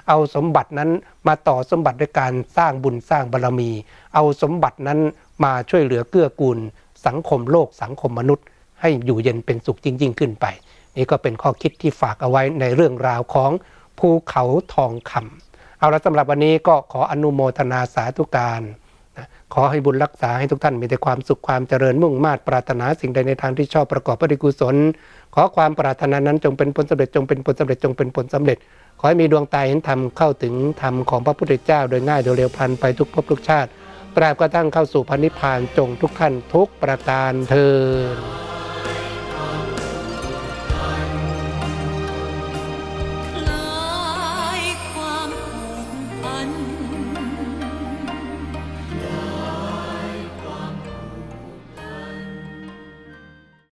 เอาสมบัตินั้นมาต่อสมบัติด้วยการสร้างบุญสร้างบารมี เอาสมบัตินั้นมาช่วยเหลือเกื้อกูลสังคมโลกสังคมมนุษย์ให้อยู่เย็นเป็นสุขยิ่งขึ้นไปนี่ก็เป็นข้อคิดที่ฝากเอาไว้ในเรื่องราวของภูเขาทองคำเอาละสำหรับวันนี้ก็ขออนุโมทนาสาธุการขอให้บุญรักษาให้ทุกท่านมีแต่ความสุขความเจริญมุ่งมา่ปรารถนาสิ่งใดในทางที่ชอบประกอบพระกุศลขอความปรารถนานั้นจงเป็นผลสำเร็จจงเป็นผลสำเร็จจงเป็นผลสำเร็จขอให้มีดวงตาเห็นธรรมเข้าถึงธรรมของพระพุทธเจ้าโดยง่ายโดยเร็วพลันไปทุกภพทุกชาติตราบกระทั่งเข้าสู่พระนิพพานจงทุกท่านทุกประการเทอญ